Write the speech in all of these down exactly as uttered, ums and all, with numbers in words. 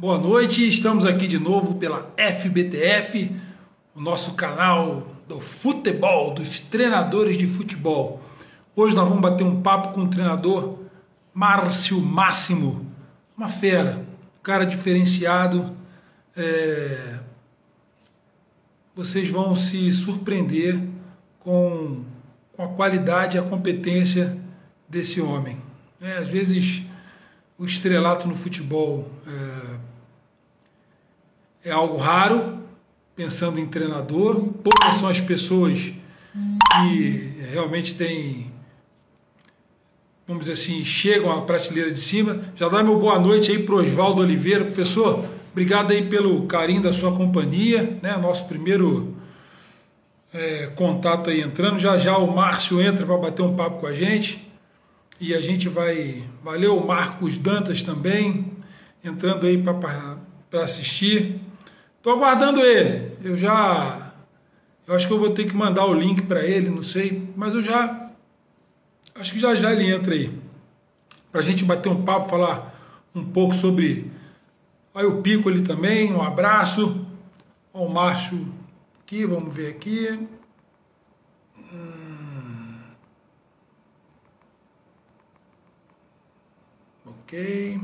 Boa noite, estamos aqui de novo pela F B T F, o nosso canal do futebol, dos treinadores de futebol. Hoje nós vamos bater um papo com o treinador Márcio Máximo, uma fera, um cara diferenciado. É... Vocês vão se surpreender com, com a qualidade e a competência desse homem. É, às vezes o estrelato no futebol é, é algo raro, pensando em treinador. Poucas são as pessoas que realmente têm, vamos dizer assim, chegam à prateleira de cima. Já dá meu boa noite aí para o Oswaldo Oliveira. Professor, obrigado aí pelo carinho da sua companhia, né? Nosso primeiro é, contato aí entrando. Já já o Márcio entra para bater um papo com a gente. E a gente vai... Valeu, o Marcos Dantas também, entrando aí para assistir. Estou aguardando ele. Eu já... Eu acho que eu vou ter que mandar o link para ele, não sei. Mas eu já... Acho que já já ele entra aí. Para a gente bater um papo, falar um pouco sobre... Aí o Pico ali também, um abraço. Olha o Márcio aqui, vamos ver aqui. Ok.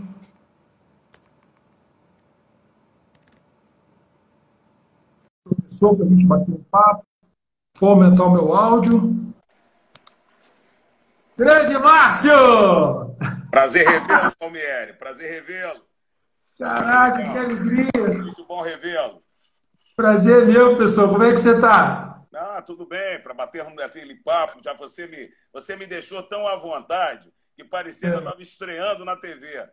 Professor, para a gente bater um papo. Vou aumentar o meu áudio. Grande Márcio! Prazer revê-lo, Palmieri. Prazer revê-lo. Caraca, que alegria! Muito bom revê-lo. Prazer meu, pessoal. Como é que você está? Ah, tudo bem, para batermos aquele papo. Já você me, você me deixou tão à vontade que parecia que eu estava estreando na T V.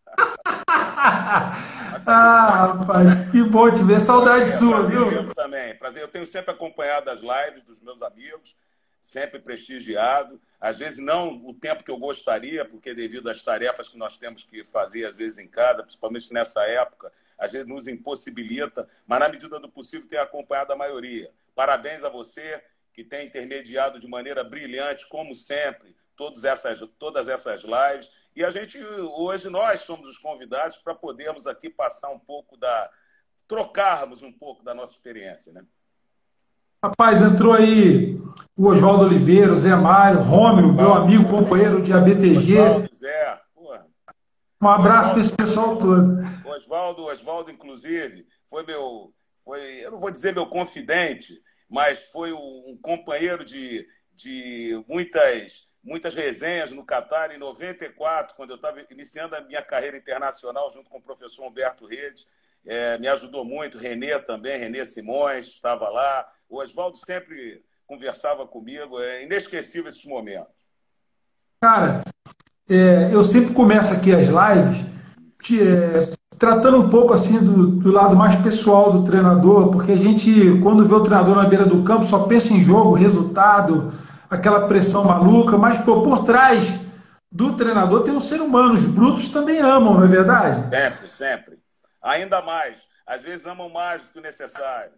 Ah, rapaz, que bom te ver. Saudade prazer, sua, prazer viu? Eu também. Prazer. Eu tenho sempre acompanhado as lives dos meus amigos, sempre prestigiado. Às vezes não o tempo que eu gostaria, porque devido às tarefas que nós temos que fazer, às vezes em casa, principalmente nessa época, às vezes nos impossibilita, mas na medida do possível tenho acompanhado a maioria. Parabéns a você, que tem intermediado de maneira brilhante, como sempre, todas essas, todas essas lives. E a gente, hoje, nós somos os convidados para podermos aqui passar um pouco da... trocarmos um pouco da nossa experiência, né? Rapaz, entrou aí o Oswaldo Oliveira, o Zé Mário, Rômio, meu amigo, companheiro de A B T G. Oswaldo, Zé. Porra. Um abraço para esse pessoal todo. Oswaldo, Oswaldo, inclusive, foi meu... Foi, eu não vou dizer meu confidente, mas foi um companheiro de, de muitas... muitas resenhas no Catar, em noventa e quatro, quando eu estava iniciando a minha carreira internacional, junto com o professor Humberto Redes. É, me ajudou muito, Renê também, Renê Simões, estava lá. O Oswaldo sempre conversava comigo, é inesquecível esses momentos. Cara, é, eu sempre começo aqui as lives te, é, tratando um pouco assim do, do lado mais pessoal do treinador, porque a gente, quando vê o treinador na beira do campo, só pensa em jogo, resultado, aquela pressão maluca, mas pô, por trás do treinador tem um ser humano, os brutos também amam, não é verdade? Sempre, sempre. Ainda mais. Às vezes amam mais do que o necessário.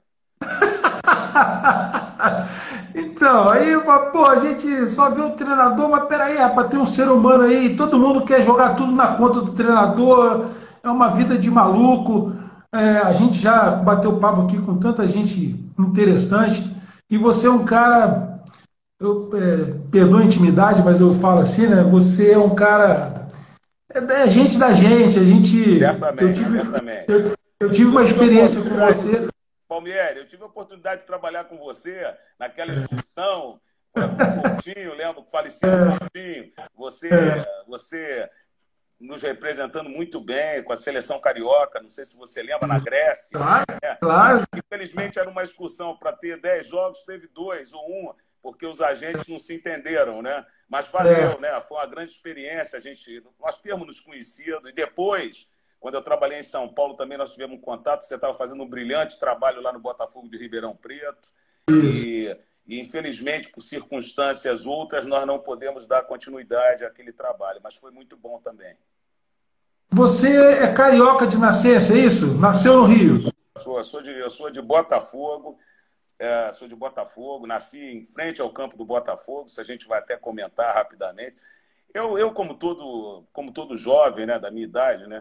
Então, aí pô, a gente só vê o treinador, mas peraí, rapaz, tem um ser humano aí, todo mundo quer jogar tudo na conta do treinador, é uma vida de maluco. É, a gente já bateu papo aqui com tanta gente interessante, e você é um cara... Eu é, perdoo a intimidade, mas eu falo assim, né? Você é um cara, é, é gente da gente, a gente, eu Certamente, tive, certamente. eu, eu tive uma experiência com você. Palmieri, eu tive a oportunidade de trabalhar com você naquela excursão com o Coutinho, lembro, o falecido Coutinho, você, você nos representando muito bem com a seleção carioca, não sei se você lembra, na Grécia. Claro, né? claro. Infelizmente era uma excursão para ter dez jogos, teve dois ou um, porque os agentes não se entenderam, né? Mas valeu, é. né? Foi uma grande experiência, a gente, nós termos nos conhecido. E depois, quando eu trabalhei em São Paulo, também nós tivemos um contato, você estava fazendo um brilhante trabalho lá no Botafogo de Ribeirão Preto. E, e, infelizmente, por circunstâncias outras, nós não podemos dar continuidade àquele trabalho, mas foi muito bom também. Você é carioca de nascença, é isso? Nasceu no Rio? Eu sou, eu sou, de, eu sou de Botafogo. É, sou de Botafogo, nasci em frente ao campo do Botafogo, isso a gente vai até comentar rapidamente. Eu, eu como, todo, como todo jovem, né, da minha idade, né,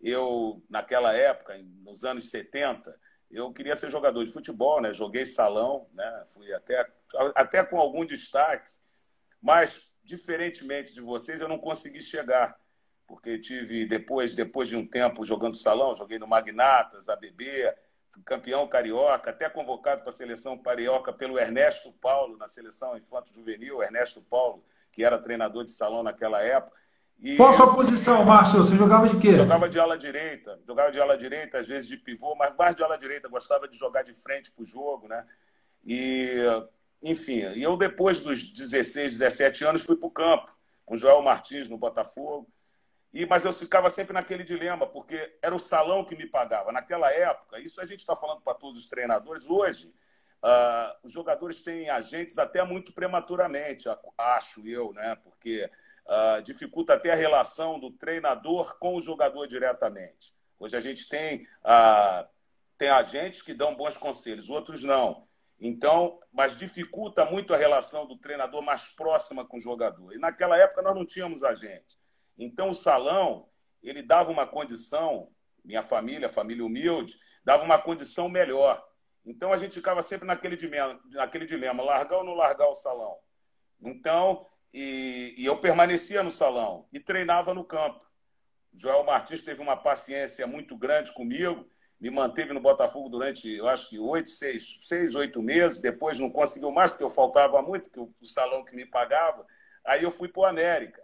eu, naquela época, nos anos setenta, eu queria ser jogador de futebol, né? Joguei salão, né? Fui até, até com algum destaque, mas, diferentemente de vocês, eu não consegui chegar, porque tive, depois, depois de um tempo jogando salão, joguei no Magnatas, A B B, fui campeão carioca, até convocado para a seleção carioca pelo Ernesto Paulo, na seleção infanto-juvenil, Ernesto Paulo, que era treinador de salão naquela época. E qual a sua posição, Márcio? Você jogava de quê? jogava de ala direita, jogava de ala direita, às vezes de pivô, mas mais de ala direita, gostava de jogar de frente para o jogo, né? E, enfim, eu depois dos dezesseis, dezessete anos fui para o campo, com o Joel Martins no Botafogo, e, mas eu ficava sempre naquele dilema, porque era o salão que me pagava. Naquela época, isso a gente está falando para todos os treinadores, hoje, uh, os jogadores têm agentes até muito prematuramente, acho eu, né? Porque Uh, dificulta até a relação do treinador com o jogador diretamente. Hoje a gente tem, uh, tem agentes que dão bons conselhos, outros não. Então, mas dificulta muito a relação do treinador mais próxima com o jogador. E naquela época nós não tínhamos agente. Então o salão, ele dava uma condição, minha família, família humilde, dava uma condição melhor. Então a gente ficava sempre naquele dilema, naquele dilema, largar ou não largar o salão. Então, E, e eu permanecia no salão e treinava no campo. Joel Martins teve uma paciência muito grande comigo, me manteve no Botafogo durante, eu acho que oito, seis, seis, oito meses, depois não conseguiu mais, porque eu faltava muito, porque o, o salão que me pagava. Aí eu fui para o América.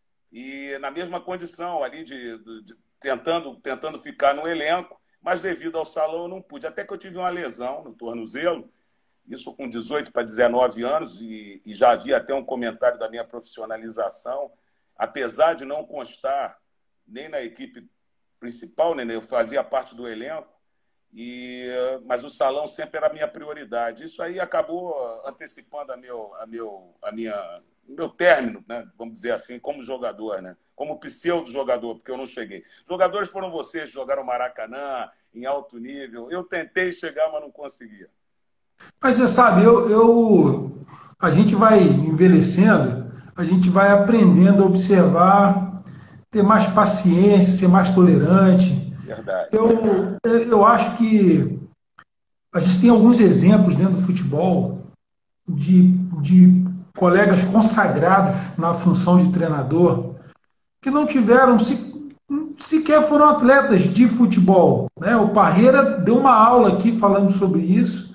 E na mesma condição ali, de, de, de tentando, tentando ficar no elenco, mas devido ao salão eu não pude. Até que eu tive uma lesão no tornozelo, isso com dezoito para dezenove anos, e, e já havia até um comentário da minha profissionalização, apesar de não constar nem na equipe principal, né, eu fazia parte do elenco, e, mas o salão sempre era a minha prioridade. Isso aí acabou antecipando a meu, a meu, a minha, meu término, né, vamos dizer assim, como jogador, né, como pseudo-jogador, porque eu não cheguei. Jogadores foram vocês que jogaram Maracanã, em alto nível. Eu tentei chegar, mas não conseguia. Mas você sabe, eu, eu, a gente vai envelhecendo, a gente vai aprendendo a observar, ter mais paciência, ser mais tolerante. Verdade. Eu, eu acho que a gente tem alguns exemplos dentro do futebol de, de colegas consagrados na função de treinador que não tiveram, se, sequer foram atletas de futebol, né? O Parreira deu uma aula aqui falando sobre isso.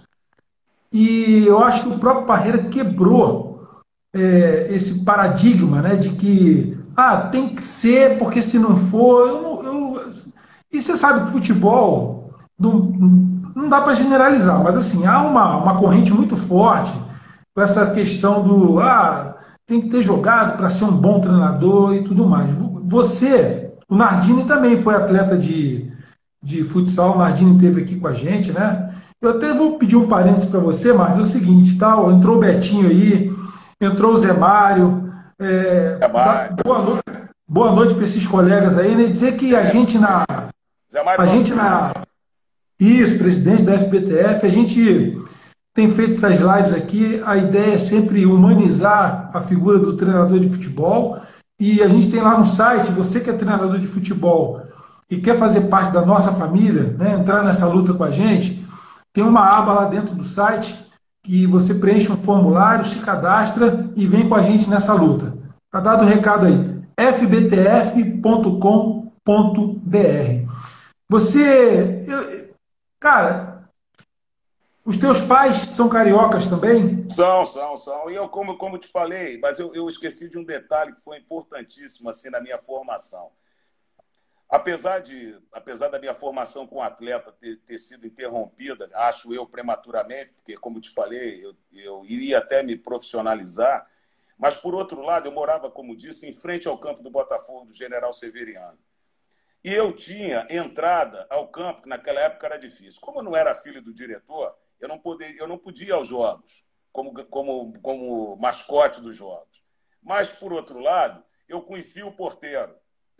E eu acho que o próprio Parreira quebrou é, esse paradigma, né, de que ah, tem que ser, porque se não for... Eu não, eu... E você sabe que futebol não, não dá para generalizar, mas assim, há uma, uma corrente muito forte com essa questão do ah, tem que ter jogado para ser um bom treinador e tudo mais. Você, o Nardini também foi atleta de, de futsal, o Nardini esteve aqui com a gente, né? Eu até vou pedir um parênteses para você, mas é o seguinte, tal, entrou o Betinho aí, entrou o Zé Mário, é, Zé Mário. Boa noite, boa noite para esses colegas aí, né? Dizer que a gente na... Zé Mário, a gente na... Isso, presidente da F B T F, a gente tem feito essas lives aqui, a ideia é sempre humanizar a figura do treinador de futebol, e a gente tem lá no site, você que é treinador de futebol e quer fazer parte da nossa família, né, entrar nessa luta com a gente, tem uma aba lá dentro do site que você preenche um formulário, se cadastra e vem com a gente nessa luta. Tá dado o recado aí. f b t f ponto com ponto b r. Você... Eu, cara, os teus pais são cariocas também? São, são, são. E eu, como, como te falei, mas eu, eu esqueci de um detalhe que foi importantíssimo assim, na minha formação. Apesar, de, apesar da minha formação com atleta ter, ter sido interrompida, acho eu prematuramente, porque, como te falei, eu, eu iria até me profissionalizar, mas, por outro lado, eu morava, como disse, em frente ao campo do Botafogo, do General Severiano. E eu tinha entrada ao campo, que naquela época era difícil. Como eu não era filho do diretor, eu não, poder, eu não podia ir aos jogos, como, como, como mascote dos jogos. Mas, por outro lado, eu conhecia o porteiro.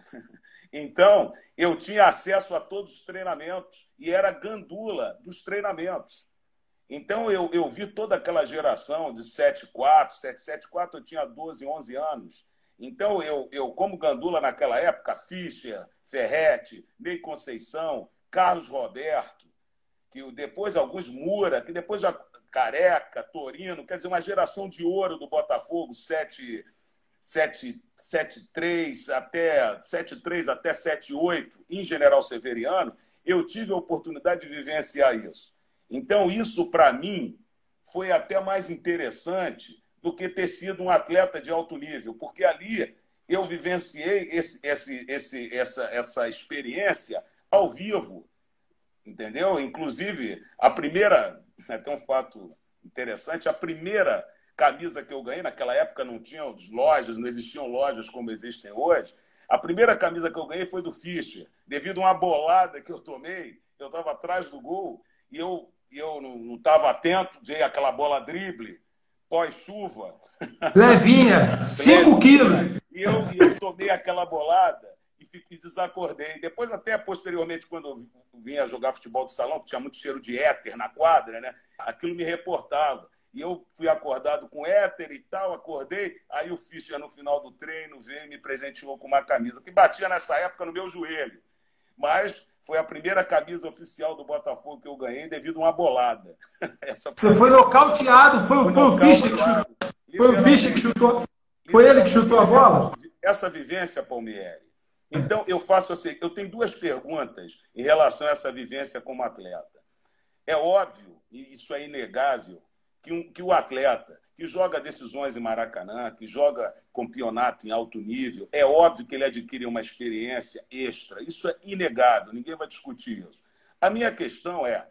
Então, eu tinha acesso a todos os treinamentos e era gandula dos treinamentos. Então, eu, eu vi toda aquela geração de sete quatro, sete sete quatro, eu tinha doze, onze anos. Então, eu, eu como gandula naquela época, Fischer, Ferretti, Ney Conceição, Carlos Roberto, que depois alguns Mura, que depois já Careca, Torino, quer dizer, uma geração de ouro do Botafogo, sete três até sete três até sete oito, em General Severiano, eu tive a oportunidade de vivenciar isso. Então, isso, para mim, foi até mais interessante do que ter sido um atleta de alto nível, porque ali eu vivenciei esse, esse, esse, essa, essa experiência ao vivo, entendeu? Inclusive, a primeira, até um fato interessante, a primeira camisa que eu ganhei, naquela época não tinham lojas, não existiam lojas como existem hoje, a primeira camisa que eu ganhei foi do Fischer, devido a uma bolada que eu tomei, eu estava atrás do gol e eu, eu não estava atento, veio aquela bola drible, pós-chuva. Levinha, cinco quilos. E eu, e eu tomei aquela bolada e fiquei, desacordei. Depois, até posteriormente, quando eu vinha jogar futebol de salão, que tinha muito cheiro de éter na quadra, né? Aquilo me reportava. E eu fui acordado com éter e tal, acordei, aí o Fischer, no final do treino, veio e me presenteou com uma camisa, que batia nessa época no meu joelho. Mas foi a primeira camisa oficial do Botafogo que eu ganhei devido a uma bolada. Essa foi... Você foi nocauteado, foi, foi, foi o Fischer que chutou. Foi o Fischer que chutou. Foi ele que chutou a bola? Essa vivência, Palmieri. Então, eu faço assim, eu tenho duas perguntas em relação a essa vivência como atleta. É óbvio, e isso é inegável, que, um, que o atleta que joga decisões em Maracanã, que joga campeonato em alto nível, é óbvio que ele adquire uma experiência extra. Isso é inegável, ninguém vai discutir isso. A minha questão é,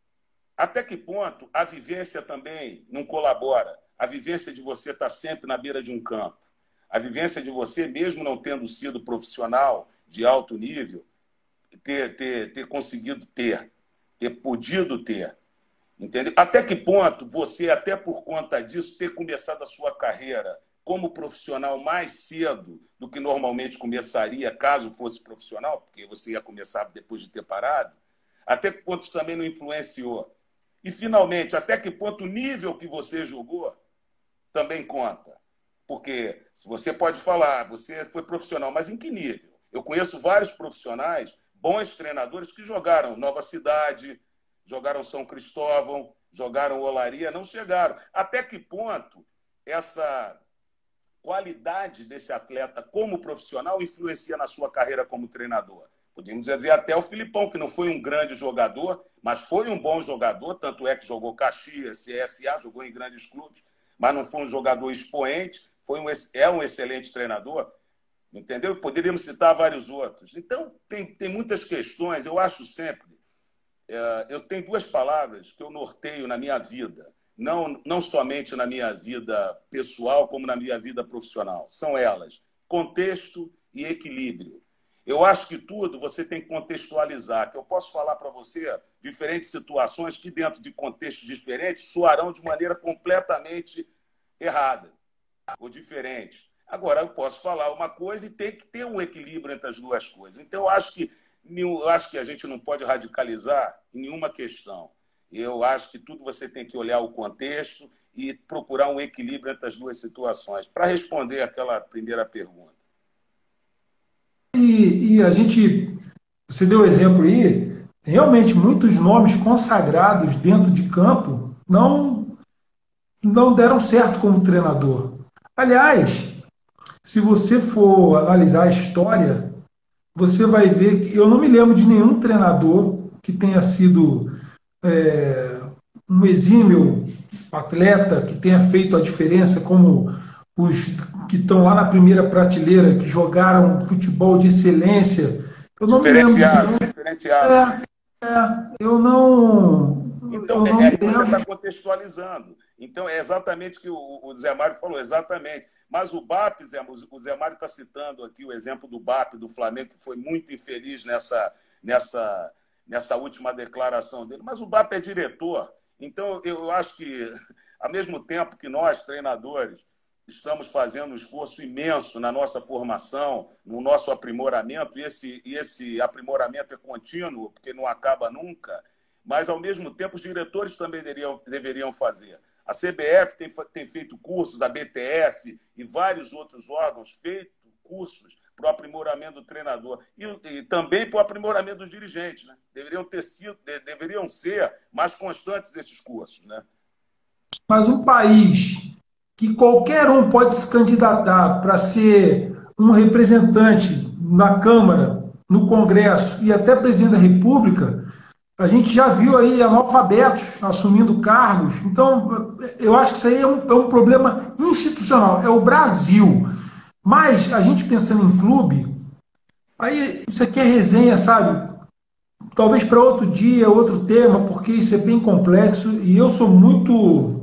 até que ponto a vivência também não colabora? A vivência de você estar sempre na beira de um campo. A vivência de você, mesmo não tendo sido profissional de alto nível, ter, ter, ter conseguido ter, ter podido ter. Entendeu? Até que ponto você, até por conta disso, ter começado a sua carreira como profissional mais cedo do que normalmente começaria, caso fosse profissional, porque você ia começar depois de ter parado, até que ponto isso também não influenciou? E, finalmente, até que ponto o nível que você jogou também conta? Porque você pode falar, você foi profissional, mas em que nível? Eu conheço vários profissionais, bons treinadores, que jogaram Nova Cidade, jogaram São Cristóvão, jogaram Olaria, não chegaram. Até que ponto essa qualidade desse atleta como profissional influencia na sua carreira como treinador? Podemos dizer até o Filipão, que não foi um grande jogador, mas foi um bom jogador, tanto é que jogou Caxias, C S A, jogou em grandes clubes, mas não foi um jogador expoente, foi um, é um excelente treinador, entendeu? Poderíamos citar vários outros. Então, tem, tem muitas questões, eu acho sempre, é, eu tenho duas palavras que eu norteio na minha vida, não, não somente na minha vida pessoal, como na minha vida profissional. São elas, contexto e equilíbrio. Eu acho que tudo você tem que contextualizar, que eu posso falar para você diferentes situações que, dentro de contextos diferentes, soarão de maneira completamente errada ou diferente. Agora, eu posso falar uma coisa e tem que ter um equilíbrio entre as duas coisas. Então, eu acho que, eu acho que a gente não pode radicalizar em nenhuma questão. Eu acho que tudo você tem que olhar o contexto e procurar um equilíbrio entre as duas situações. Para responder aquela primeira pergunta. E, e a gente, você deu exemplo aí, realmente muitos nomes consagrados dentro de campo não, não deram certo como treinador. Aliás, se você for analisar a história, você vai ver que eu não me lembro de nenhum treinador que tenha sido é, um exímio atleta, que tenha feito a diferença, como os que estão lá na primeira prateleira, que jogaram futebol de excelência. Eu não me lembro de nenhum. Diferenciado. É, é, eu não. Então, eu não é, me você está lembro. contextualizando. Então, é exatamente o que o, o Zé Mário falou, exatamente. Mas o B A P, Zé, o Zé Mário está citando aqui o exemplo do B A P, do Flamengo, que foi muito infeliz nessa, nessa, nessa última declaração dele. Mas o B A P é diretor. Então, eu acho que, ao mesmo tempo que nós, treinadores, estamos fazendo um esforço imenso na nossa formação, no nosso aprimoramento, e esse, e esse aprimoramento é contínuo, porque não acaba nunca, mas, ao mesmo tempo, os diretores também deveriam, deveriam fazer. A C B F tem, tem feito cursos, a B T F e vários outros órgãos feito cursos para o aprimoramento do treinador e, e também para o aprimoramento dos dirigentes, né? Deveriam ter sido, de, deveriam ser mais constantes esses cursos, né? Mas um país que qualquer um pode se candidatar para ser um representante na Câmara, no Congresso e até presidente da República, a gente já viu aí analfabetos assumindo cargos. Então, eu acho que isso aí é um, é um problema institucional, é o Brasil. Mas a gente pensando em clube, aí isso aqui é resenha, sabe? Talvez para outro dia, outro tema, porque isso é bem complexo e eu sou muito.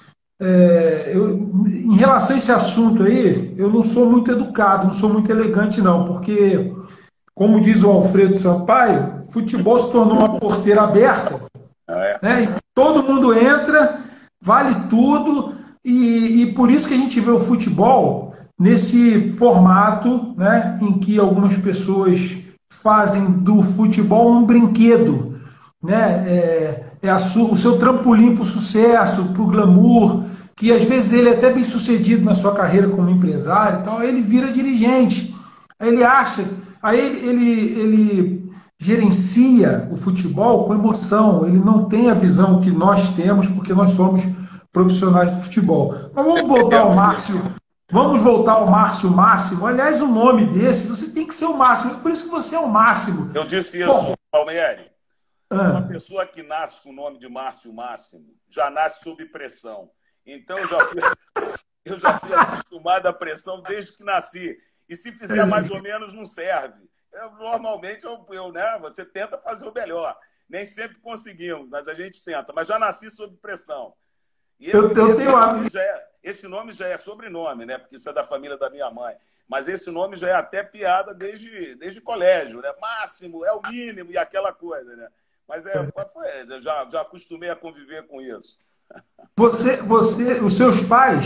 É, eu, em relação a esse assunto aí, eu não sou muito educado, não sou muito elegante, não, porque, como diz o Alfredo Sampaio, futebol se tornou uma porteira aberta, né? E todo mundo entra, vale tudo, e, e por isso que a gente vê o futebol nesse formato, né, em que algumas pessoas fazem do futebol um brinquedo, né? É, é a su, o seu trampolim para o sucesso, para o glamour, que às vezes ele é até bem sucedido na sua carreira como empresário e tal, aí ele vira dirigente, aí ele acha, aí ele, ele, ele gerencia o futebol com emoção, ele não tem a visão que nós temos, porque nós somos profissionais do futebol. Mas vamos voltar ao Márcio, vamos voltar ao Márcio Máximo, aliás, o nome desse, você tem que ser o Máximo, por isso que você é o Máximo. Eu disse isso, Bom, Palmieri. Uma pessoa que nasce com o nome de Márcio Máximo já nasce sob pressão. Então eu já fui, eu já fui acostumado à pressão desde que nasci. E se fizer mais ou menos, não serve. Eu, normalmente, eu, eu, né, você tenta fazer o melhor. Nem sempre conseguimos, mas a gente tenta. Mas já nasci sob pressão. E esse, eu, eu esse, tenho nome já é, esse nome já é sobrenome, né? Porque isso é da família da minha mãe. Mas esse nome já é até piada desde, desde colégio, né? Máximo, é o mínimo e aquela coisa, né? Mas é, é, já, já acostumei a conviver com isso. Você, você, os seus pais,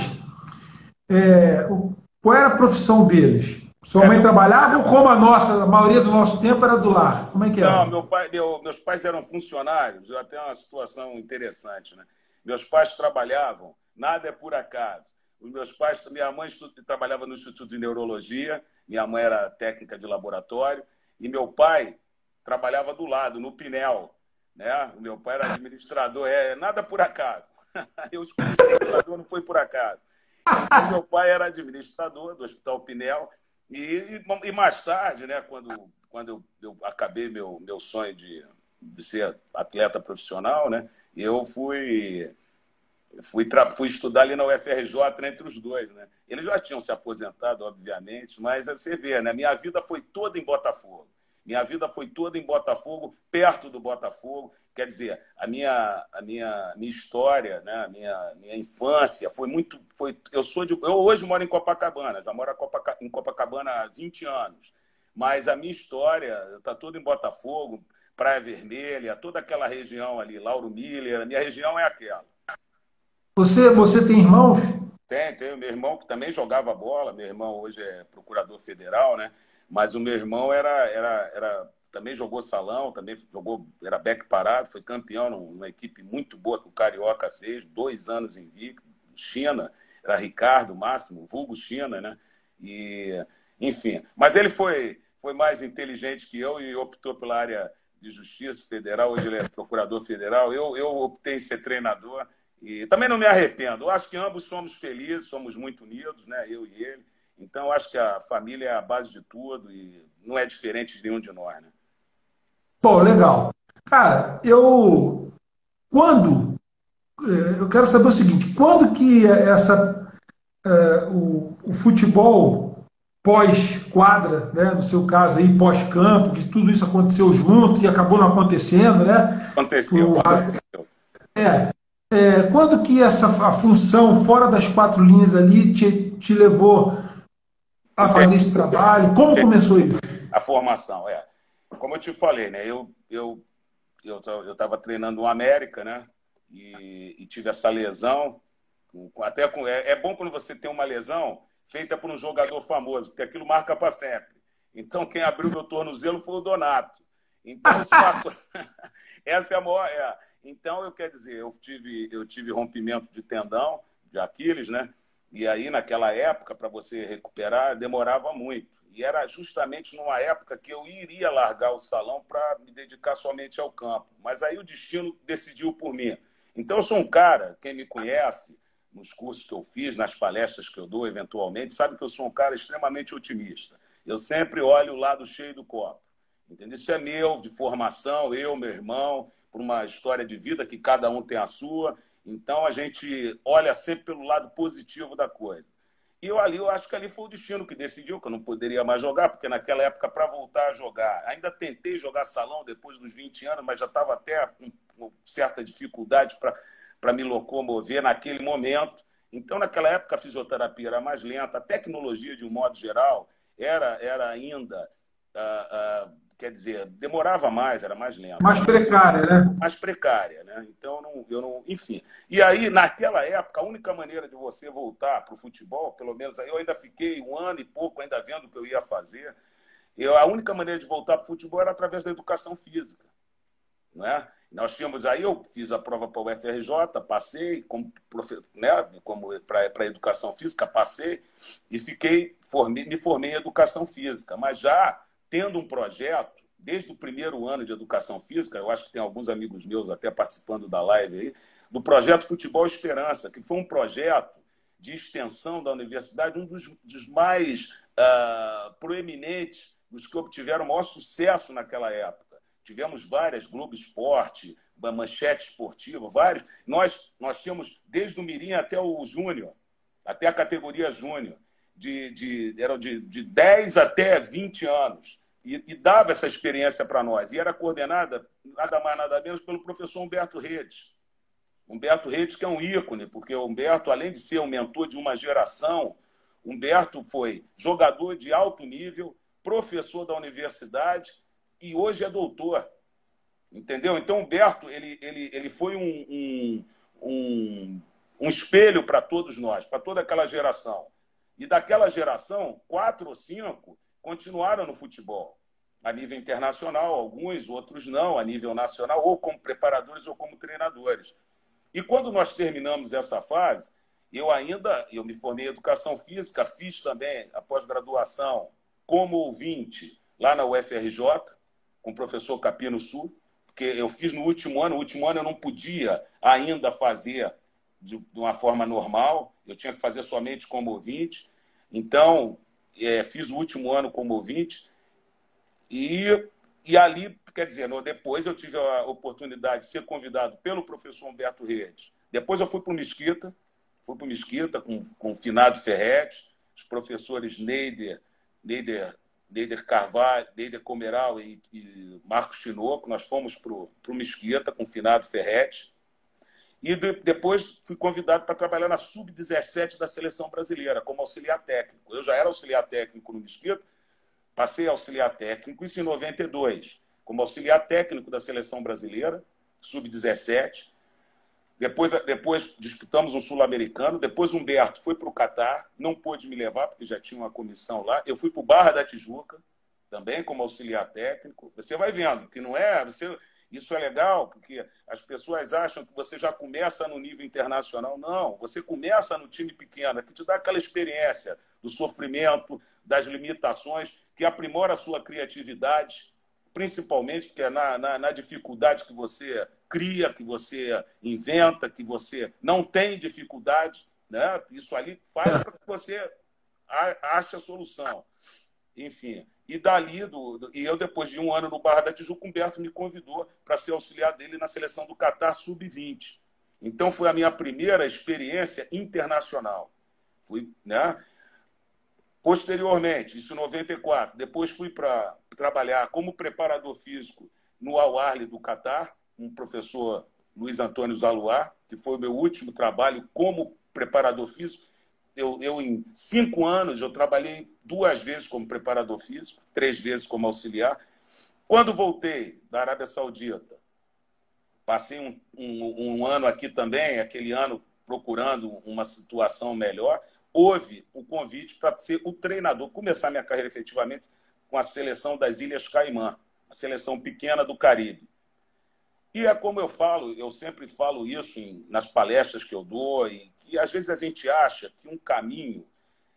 é, qual era a profissão deles? Sua mãe é, trabalhava ou como a nossa, a maioria do nosso tempo era do lar? Como é que era? Não, meu pai, meu, meus pais eram funcionários, já tem uma situação interessante, né? Meus pais trabalhavam, nada é por acaso. Os meus pais, minha mãe trabalhava no Instituto de Neurologia, minha mãe era técnica de laboratório, e meu pai trabalhava do lado, no Pinel, né? O meu pai era administrador, é nada por acaso. Eu escolhi ser administrador, não foi por acaso. Então, meu pai era administrador do Hospital Pinel, e, e, e mais tarde, né, quando, quando eu, eu acabei meu, meu sonho de, de ser atleta profissional, né, eu fui, fui, fui estudar ali na U F R J entre os dois. Né? Eles já tinham se aposentado, obviamente, mas você vê, né, minha vida foi toda em Botafogo. Minha vida foi toda em Botafogo, perto do Botafogo. Quer dizer, a minha, a minha, minha história, né? a minha, minha infância foi muito... Foi, eu, sou de, eu hoje moro em Copacabana, já moro em Copacabana há vinte anos. Mas a minha história está toda em Botafogo, Praia Vermelha, toda aquela região ali, Lauro Miller, a minha região é aquela. Você, você tem irmãos? Tem, tem. Meu irmão que também jogava bola, meu irmão hoje é procurador federal, né? Mas o meu irmão era, era, era, também jogou salão, também jogou, era back parado, foi campeão numa equipe muito boa que o Carioca fez, dois anos invicto, China, era Ricardo Máximo, vulgo China, né? E, enfim, mas ele foi, foi mais inteligente que eu e optou pela área de justiça federal, hoje ele é procurador federal, eu, eu optei em ser treinador e também não me arrependo, eu acho que ambos somos felizes, somos muito unidos, né? Eu e ele. Então, acho que a família é a base de tudo e não é diferente de nenhum de nós, né? Bom, legal. Cara, eu... Quando... Eu quero saber o seguinte, quando que essa, é, o, o futebol pós-quadra, né, no seu caso aí, pós-campo, que tudo isso aconteceu junto e acabou não acontecendo, né? Aconteceu, o, aconteceu. É, é, quando que essa a função fora das quatro linhas ali te, te levou a fazer esse trabalho? Como começou isso? A formação, é. Como eu te falei, né? Eu eu eu eu estava treinando o América, né? E, e tive essa lesão. Até com, é, é bom quando você tem uma lesão feita por um jogador famoso, porque aquilo marca para sempre. Então, quem abriu meu tornozelo foi o Donato. Então, isso marcou. Essa é a maior. É. Então, eu quero dizer, eu tive, eu tive rompimento de tendão, de Aquiles, né? E aí, naquela época, para você recuperar, demorava muito. E era justamente numa época que eu iria largar o salão para me dedicar somente ao campo. Mas aí o destino decidiu por mim. Então, eu sou um cara, quem me conhece, nos cursos que eu fiz, nas palestras que eu dou, eventualmente, sabe que eu sou um cara extremamente otimista. Eu sempre olho o lado cheio do copo. Entendeu? Isso é meu, de formação, eu, meu irmão, por uma história de vida que cada um tem a sua. Então, a gente olha sempre pelo lado positivo da coisa. E eu ali, eu acho que ali foi o destino que decidiu que eu não poderia mais jogar, porque naquela época, para voltar a jogar, ainda tentei jogar salão depois dos vinte anos, mas já estava até com, com certa dificuldade para me locomover naquele momento. Então, naquela época, a fisioterapia era mais lenta, a tecnologia, de um modo geral, era, era ainda... Uh, uh, quer dizer, demorava mais, era mais lenta. Mais precária, né? Mais precária, né? Então, eu não, eu não... Enfim. E aí, naquela época, a única maneira de você voltar para o futebol, pelo menos, eu ainda fiquei um ano e pouco ainda vendo o que eu ia fazer, eu, a única maneira de voltar para o futebol era através da educação física. Não é? Nós tínhamos aí, eu fiz a prova para o U F R J, passei como, profe, né, como para a educação física, passei e fiquei, formei, me formei em educação física, mas já tendo um projeto, desde o primeiro ano de educação física, eu acho que tem alguns amigos meus até participando da live aí, do projeto Futebol Esperança, que foi um projeto de extensão da universidade, um dos, dos mais uh, proeminentes, dos que obtiveram o maior sucesso naquela época. Tivemos várias, Globo Esporte, Manchete Esportiva, vários. Nós, nós tínhamos desde o Mirim até o Júnior, até a categoria Júnior, de, de, eram de, de dez até vinte anos. E, e dava essa experiência para nós. E era coordenada, nada mais, nada menos, pelo professor Humberto Redes. Humberto Redes, que é um ícone, porque o Humberto, além de ser um mentor de uma geração, Humberto foi jogador de alto nível, professor da universidade e hoje é doutor. Entendeu? Então, Humberto ele, ele, ele foi um, um, um, um espelho para todos nós, para toda aquela geração. E daquela geração, quatro ou cinco continuaram no futebol, a nível internacional, alguns, outros não, a nível nacional, ou como preparadores ou como treinadores. E quando nós terminamos essa fase, eu ainda, eu me formei em educação física, fiz também a pós-graduação como ouvinte lá na U F R J, com o professor Capino Sul, porque eu fiz no último ano, no último ano eu não podia ainda fazer de uma forma normal, eu tinha que fazer somente como ouvinte, então... É, fiz o último ano como ouvinte e, e ali, quer dizer, no, depois eu tive a oportunidade de ser convidado pelo professor Humberto Redes. Depois eu fui para o Mesquita, fui para o Mesquita com, com o finado Ferretti, os professores Neider, Neider, Neider Carvalho, Neider Comeral e, e Marcos Tinoco. Nós fomos para o Mesquita com o finado Ferretti. E de, depois fui convidado para trabalhar na sub dezessete da Seleção Brasileira, como auxiliar técnico. Eu já era auxiliar técnico no Mesquita, passei a auxiliar técnico, isso em noventa e dois, como auxiliar técnico da Seleção Brasileira, sub dezessete. Depois, depois disputamos um sul-americano, depois o Humberto foi para o Catar, não pôde me levar, porque já tinha uma comissão lá. Eu fui para o Barra da Tijuca, também como auxiliar técnico. Você vai vendo que não é... Você, isso é legal, porque as pessoas acham que você já começa no nível internacional. Não, você começa no time pequeno, que te dá aquela experiência do sofrimento, das limitações, que aprimora a sua criatividade, principalmente porque é na, na, na dificuldade que você cria, que você inventa, que você não tem dificuldade, né? Isso ali faz para que você ache a solução. Enfim... E dali, do, do, e eu depois de um ano no Barra da Tijuca, Humberto me convidou para ser auxiliar dele na seleção do Catar sub vinte. Então foi a minha primeira experiência internacional. Fui, né? Posteriormente, isso em noventa e quatro, depois fui para trabalhar como preparador físico no Al-Ahly do Catar, um professor Luiz Antônio Zaluar, que foi o meu último trabalho como preparador físico. Eu, eu, em cinco anos, eu trabalhei duas vezes como preparador físico, três vezes como auxiliar. Quando voltei da Arábia Saudita, passei um, um, um ano aqui também, aquele ano procurando uma situação melhor, houve um convite para ser o treinador, começar minha carreira efetivamente com a seleção das Ilhas Caimã, a seleção pequena do Caribe. E é como eu falo, eu sempre falo isso em, nas palestras que eu dou, e que às vezes a gente acha que um caminho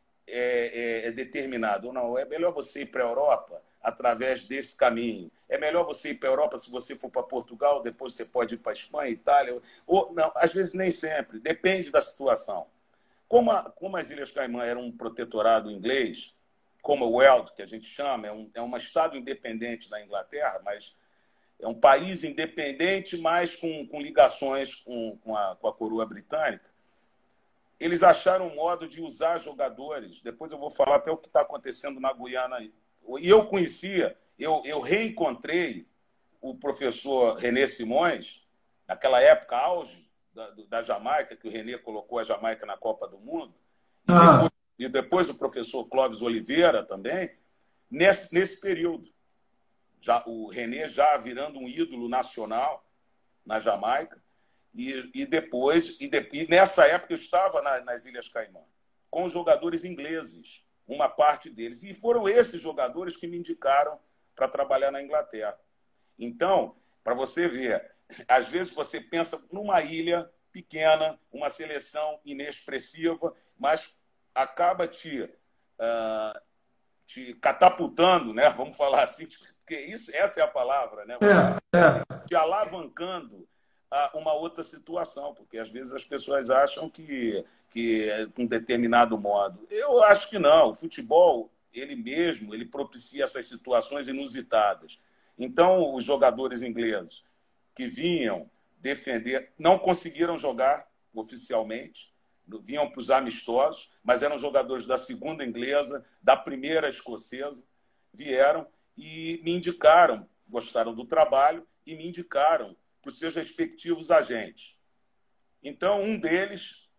é, é, é determinado. Não, é melhor você ir para a Europa através desse caminho. É melhor você ir para a Europa se você for para Portugal, depois você pode ir para a Espanha, Itália. Ou, não, às vezes nem sempre, depende da situação. Como, a, como as Ilhas Caimã eram um protetorado inglês, Commonwealth, que a gente chama, é um, é um estado independente da Inglaterra, mas é um país independente, mas com, com ligações com, com, a, com a coroa britânica. Eles acharam um modo de usar jogadores. Depois eu vou falar até o que está acontecendo na Guiana. E eu conhecia, eu, eu reencontrei o professor René Simões, naquela época auge da, da Jamaica, que o René colocou a Jamaica na Copa do Mundo. E depois, e depois o professor Clóvis Oliveira também, nesse, nesse período. Já, o René já virando um ídolo nacional na Jamaica. E, e depois, e, de, e nessa época eu estava na, nas Ilhas Caimã, com jogadores ingleses, uma parte deles. E foram esses jogadores que me indicaram para trabalhar na Inglaterra. Então, para você ver, às vezes você pensa numa ilha pequena, uma seleção inexpressiva, mas acaba te, uh, te catapultando, né? Vamos falar assim, porque isso, essa é a palavra, né? É, é. Te alavancando a uma outra situação, porque às vezes as pessoas acham que, que é um determinado modo. Eu acho que não. O futebol, ele mesmo, ele propicia essas situações inusitadas. Então, os jogadores ingleses que vinham defender, não conseguiram jogar oficialmente, vinham para os amistosos, mas eram jogadores da segunda inglesa, da primeira escocesa, vieram e me indicaram, gostaram do trabalho e me indicaram para os seus respectivos agentes. Então, um deles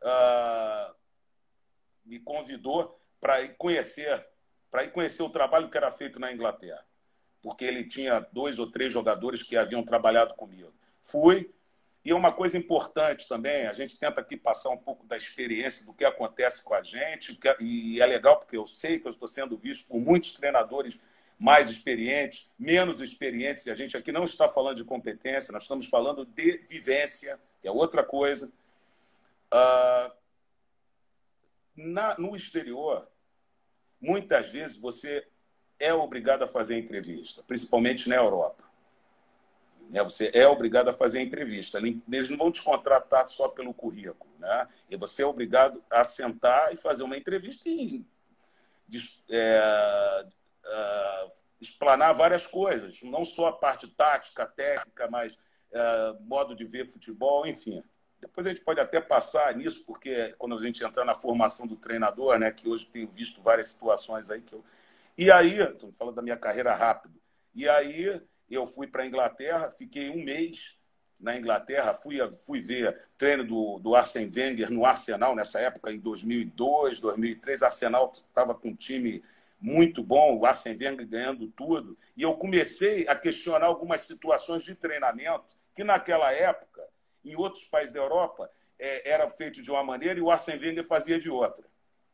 ah, me convidou para ir conhecer, para ir conhecer o trabalho que era feito na Inglaterra, porque ele tinha dois ou três jogadores que haviam trabalhado comigo. Fui, e é uma coisa importante também, a gente tenta aqui passar um pouco da experiência do que acontece com a gente, e é legal porque eu sei que eu estou sendo visto por muitos treinadores mais experientes, menos experientes, e a gente aqui não está falando de competência, nós estamos falando de vivência, que é outra coisa. Ah, na, no exterior, muitas vezes você é obrigado a fazer entrevista, principalmente na Europa. Você é obrigado a fazer entrevista. Eles não vão te contratar só pelo currículo, né? E você é obrigado a sentar e fazer uma entrevista e é, Uh, explanar várias coisas, não só a parte tática, técnica, mas uh, modo de ver futebol, enfim. Depois a gente pode até passar nisso, porque quando a gente entrar na formação do treinador, né, que hoje tenho visto várias situações aí que eu... E aí, estou falando da minha carreira rápido, e aí eu fui para a Inglaterra, fiquei um mês na Inglaterra, fui, fui ver treino do, do Arsene Wenger no Arsenal, nessa época, em dois mil e dois, dois mil e três, Arsenal estava com um time muito bom, o Arsene Wenger ganhando tudo, e eu comecei a questionar algumas situações de treinamento que naquela época, em outros países da Europa, é, era feito de uma maneira e o Arsene Wenger fazia de outra.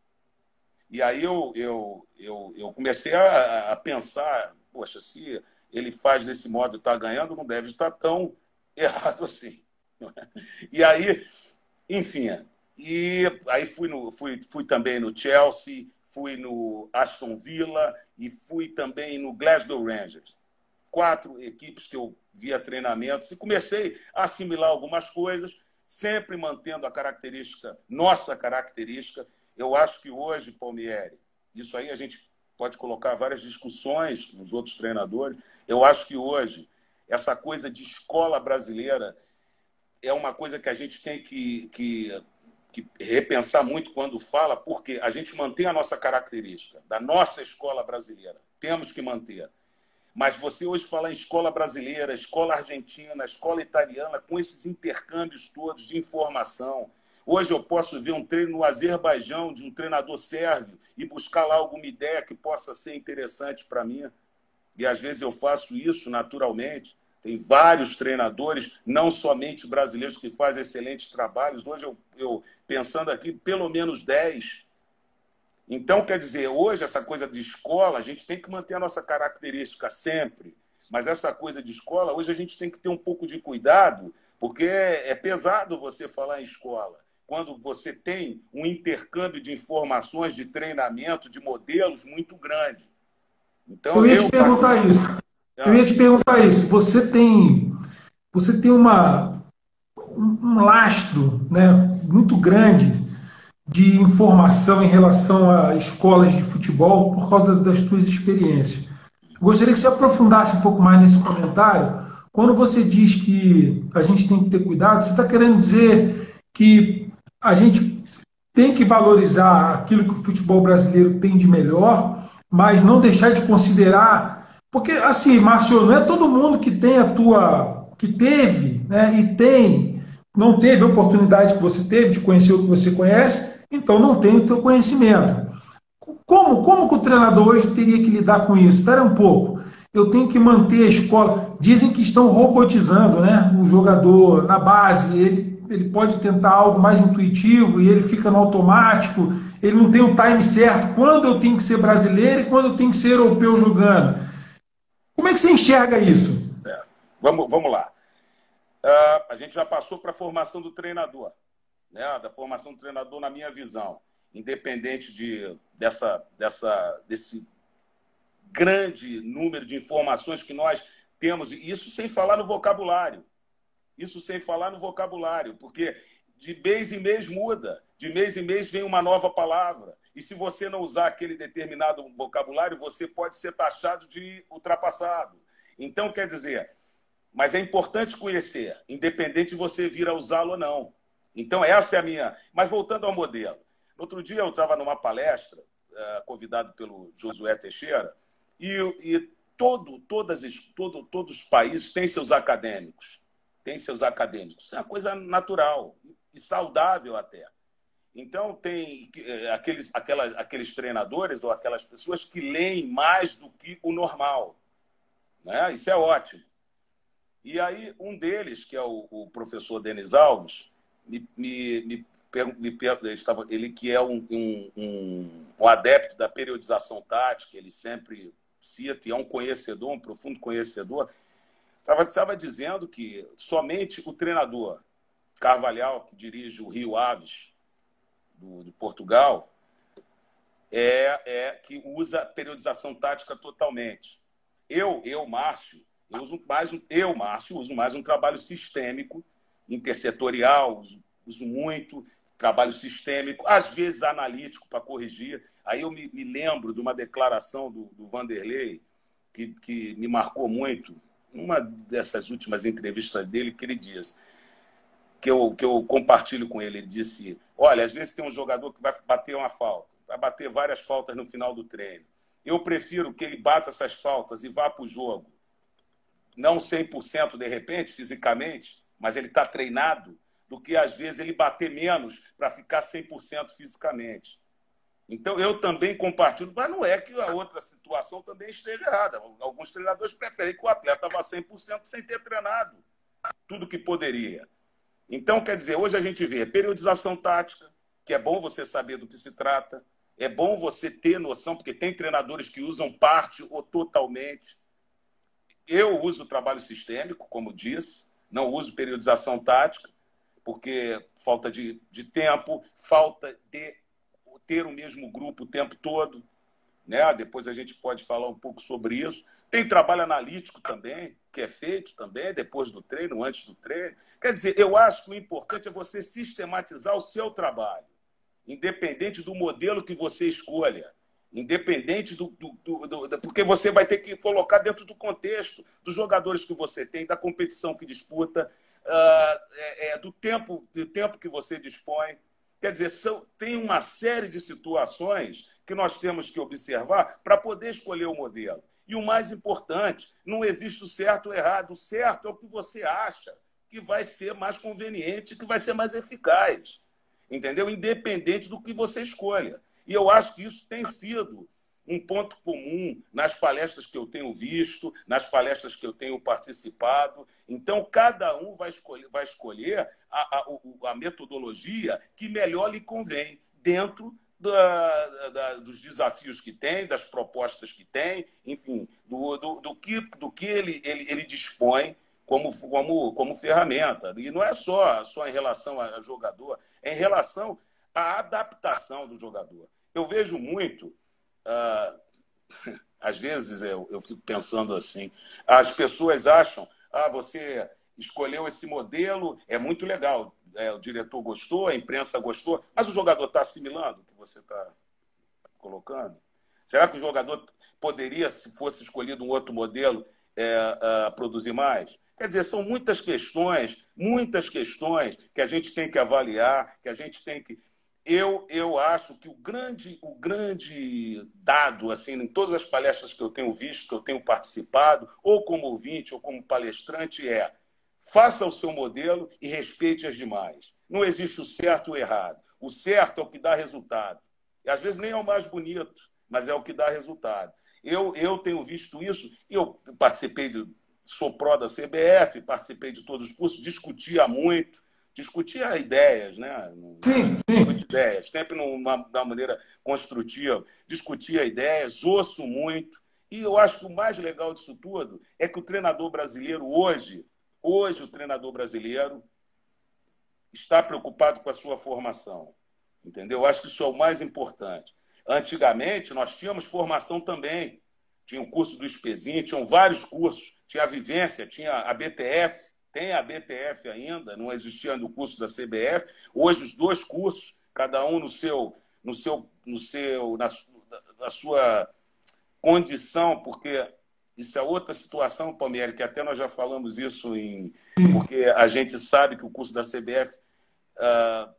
E aí eu, eu, eu, eu comecei a, a pensar, poxa, se ele faz desse modo e está ganhando, não deve estar tão errado assim. E aí, enfim, e aí fui, no, fui, fui também no Chelsea, fui no Aston Villa e fui também no Glasgow Rangers. Quatro equipes que eu via treinamentos e comecei a assimilar algumas coisas, sempre mantendo a característica, nossa característica. Eu acho que hoje, Palmieri, isso aí a gente pode colocar várias discussões nos outros treinadores, eu acho que hoje essa coisa de escola brasileira é uma coisa que a gente tem que... que que repensar muito quando fala, porque a gente mantém a nossa característica, da nossa escola brasileira. Temos que manter. Mas você hoje fala em escola brasileira, escola argentina, escola italiana, com esses intercâmbios todos de informação. Hoje eu posso ver um treino no Azerbaijão de um treinador sérvio e buscar lá alguma ideia que possa ser interessante para mim. E às vezes eu faço isso naturalmente. Tem vários treinadores, não somente brasileiros, que fazem excelentes trabalhos. Hoje, eu, eu pensando aqui, pelo menos dez. Então, quer dizer, hoje, essa coisa de escola, a gente tem que manter a nossa característica sempre. Mas essa coisa de escola, hoje a gente tem que ter um pouco de cuidado, porque é pesado você falar em escola, quando você tem um intercâmbio de informações, de treinamento, de modelos muito grande. Então, eu ia eu, te perguntar particular... isso. Eu ia te perguntar isso. Você tem, você tem uma, um, um lastro, né, muito grande de informação em relação a escolas de futebol por causa das tuas experiências. Gostaria que você aprofundasse um pouco mais nesse comentário. Quando você diz que a gente tem que ter cuidado, você está querendo dizer que a gente tem que valorizar aquilo que o futebol brasileiro tem de melhor, mas não deixar de considerar, porque assim, Márcio, não é todo mundo que tem a tua, que teve, né, e tem, não teve a oportunidade que você teve de conhecer o que você conhece, então não tem o teu conhecimento. Como, como que o treinador hoje teria que lidar com isso? Espera um pouco, eu tenho que manter a escola. Dizem que estão robotizando, né, o jogador na base, ele, ele pode tentar algo mais intuitivo e ele fica no automático, ele não tem o time certo, quando eu tenho que ser brasileiro e quando eu tenho que ser europeu jogando. Como é que você enxerga isso? É. Vamos, vamos lá. Uh, a gente já passou para a formação do treinador, né? Da formação do treinador, na minha visão, independente de, dessa, dessa, desse grande número de informações que nós temos, isso sem falar no vocabulário, isso sem falar no vocabulário, porque de mês em mês muda, de mês em mês vem uma nova palavra, e se você não usar aquele determinado vocabulário, você pode ser taxado de ultrapassado. Então, quer dizer, mas é importante conhecer, independente de você vir a usá-lo ou não. Então, essa é a minha... Mas voltando ao modelo. No outro dia eu estava numa palestra, uh, convidado pelo Josué Teixeira, e, e todo, todas, todo, todos os países têm seus acadêmicos. Têm seus acadêmicos. Isso é uma coisa natural e saudável até. Então, tem aqueles, aquelas, aqueles treinadores ou aquelas pessoas que leem mais do que o normal. Né? Isso é ótimo. E aí, um deles, que é o, o professor Denis Alves, me, me, me, me, estava, ele que é um, um, um, um adepto da periodização tática, ele sempre cita, e é um conhecedor, um profundo conhecedor, estava, estava dizendo que somente o treinador Carvalhal, que dirige o Rio Aves, do, de Portugal, é, é que usa periodização tática totalmente. Eu, eu Márcio, eu uso mais um, eu, Márcio, uso mais um trabalho sistêmico, intersetorial, uso, uso muito trabalho sistêmico, às vezes analítico para corrigir. Aí eu me, me lembro de uma declaração do, do Vanderlei que, que me marcou muito, numa dessas últimas entrevistas dele, que ele diz, que eu, que eu compartilho com ele, ele disse, olha, às vezes tem um jogador que vai bater uma falta, vai bater várias faltas no final do treino. Eu prefiro que ele bata essas faltas e vá para o jogo, não cem por cento de repente, fisicamente, mas ele está treinado, do que às vezes ele bater menos para ficar cem por cento fisicamente. Então eu também compartilho, mas não é que a outra situação também esteja errada. Alguns treinadores preferem que o atleta vá cem por cento sem ter treinado tudo que poderia. Então, quer dizer, hoje a gente vê periodização tática, que é bom você saber do que se trata, é bom você ter noção, porque tem treinadores que usam parte ou totalmente. Eu uso trabalho sistêmico, como disse, não uso periodização tática, porque falta de, de tempo, falta de ter o mesmo grupo o tempo todo. Né? Depois a gente pode falar um pouco sobre isso. Tem trabalho analítico também, que é feito também depois do treino, antes do treino. Quer dizer, eu acho que o importante é você sistematizar o seu trabalho, independente do modelo que você escolha, independente do, do, do, do... Porque você vai ter que colocar dentro do contexto dos jogadores que você tem, da competição que disputa, uh, é, é, do, tempo, do tempo que você dispõe. Quer dizer, são, tem uma série de situações que nós temos que observar para poder escolher o modelo. E o mais importante, não existe o certo ou o errado. O certo é o que você acha que vai ser mais conveniente, que vai ser mais eficaz. Entendeu? Independente do que você escolha. E eu acho que isso tem sido um ponto comum nas palestras que eu tenho visto, nas palestras que eu tenho participado. Então, cada um vai escolher, vai escolher a, a, a metodologia que melhor lhe convém, dentro da, da, dos desafios que tem, das propostas que tem, enfim, do, do, do que, do que ele, ele, ele dispõe como, como, como ferramenta. E não é só, só em relação ao jogador, é em relação à adaptação do jogador. Eu vejo muito, ah, às vezes eu, eu fico pensando assim, as pessoas acham, ah, você escolheu esse modelo, é muito legal, é, o diretor gostou, a imprensa gostou, mas o jogador está assimilando o que você está colocando? Será que o jogador poderia, se fosse escolhido um outro modelo, é, é, produzir mais? Quer dizer, são muitas questões, muitas questões que a gente tem que avaliar, que a gente tem que... Eu, eu acho que o grande, o grande dado, assim, em todas as palestras que eu tenho visto, que eu tenho participado, ou como ouvinte, ou como palestrante, é: faça o seu modelo e respeite as demais. Não existe o certo ou o errado. O certo é o que dá resultado. E, às vezes nem é o mais bonito, mas é o que dá resultado. Eu, eu tenho visto isso, e eu participei, de, sou pró da C B F, participei de todos os cursos, discutia muito, discutia ideias, né? Sim, sim. Ideias, sempre numa, de uma maneira construtiva, discutia ideias, ouço muito. E eu acho que o mais legal disso tudo é que o treinador brasileiro hoje, hoje o treinador brasileiro está preocupado com a sua formação. Entendeu? Eu acho que isso é o mais importante. Antigamente, nós tínhamos formação também. Tinha o curso do Espezinho, tinham vários cursos. Tinha a Vivência, tinha a B T F, tem a B T F ainda, não existia no curso da C B F. Hoje, os dois cursos, cada um no seu, no seu, no seu, na, na sua condição, porque isso é outra situação, Palmieri, que até nós já falamos isso, em, porque a gente sabe que o curso da C B F uh,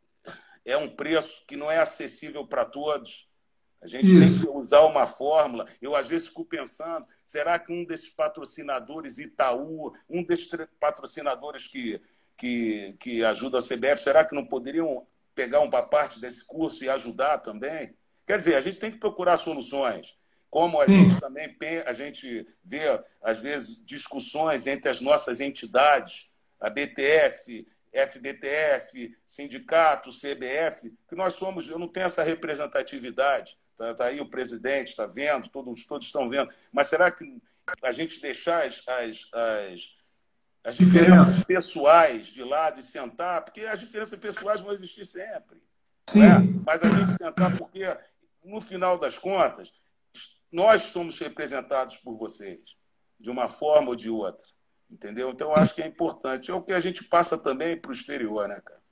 é um preço que não é acessível para todos. A gente Isso. tem que usar uma fórmula. Eu, às vezes, fico pensando, será que um desses patrocinadores, Itaú, um desses patrocinadores que, que, que ajuda a C B F, será que não poderiam pegar uma parte desse curso e ajudar também? Quer dizer, a gente tem que procurar soluções. Como a gente também a gente vê, às vezes, discussões entre as nossas entidades, a B T F, F B T F, sindicato, C B F, que nós somos, eu não tenho essa representatividade. Está tá aí o presidente, está vendo, todos, todos estão vendo. Mas será que a gente deixar as, as, as, as diferenças pessoais de lado e sentar? Porque as diferenças pessoais vão existir sempre. Sim. Não é? Mas a gente tentar, porque, no final das contas, nós somos representados por vocês, de uma forma ou de outra. Entendeu? Então, eu acho que é importante. É o que a gente passa também para o exterior, né, cara?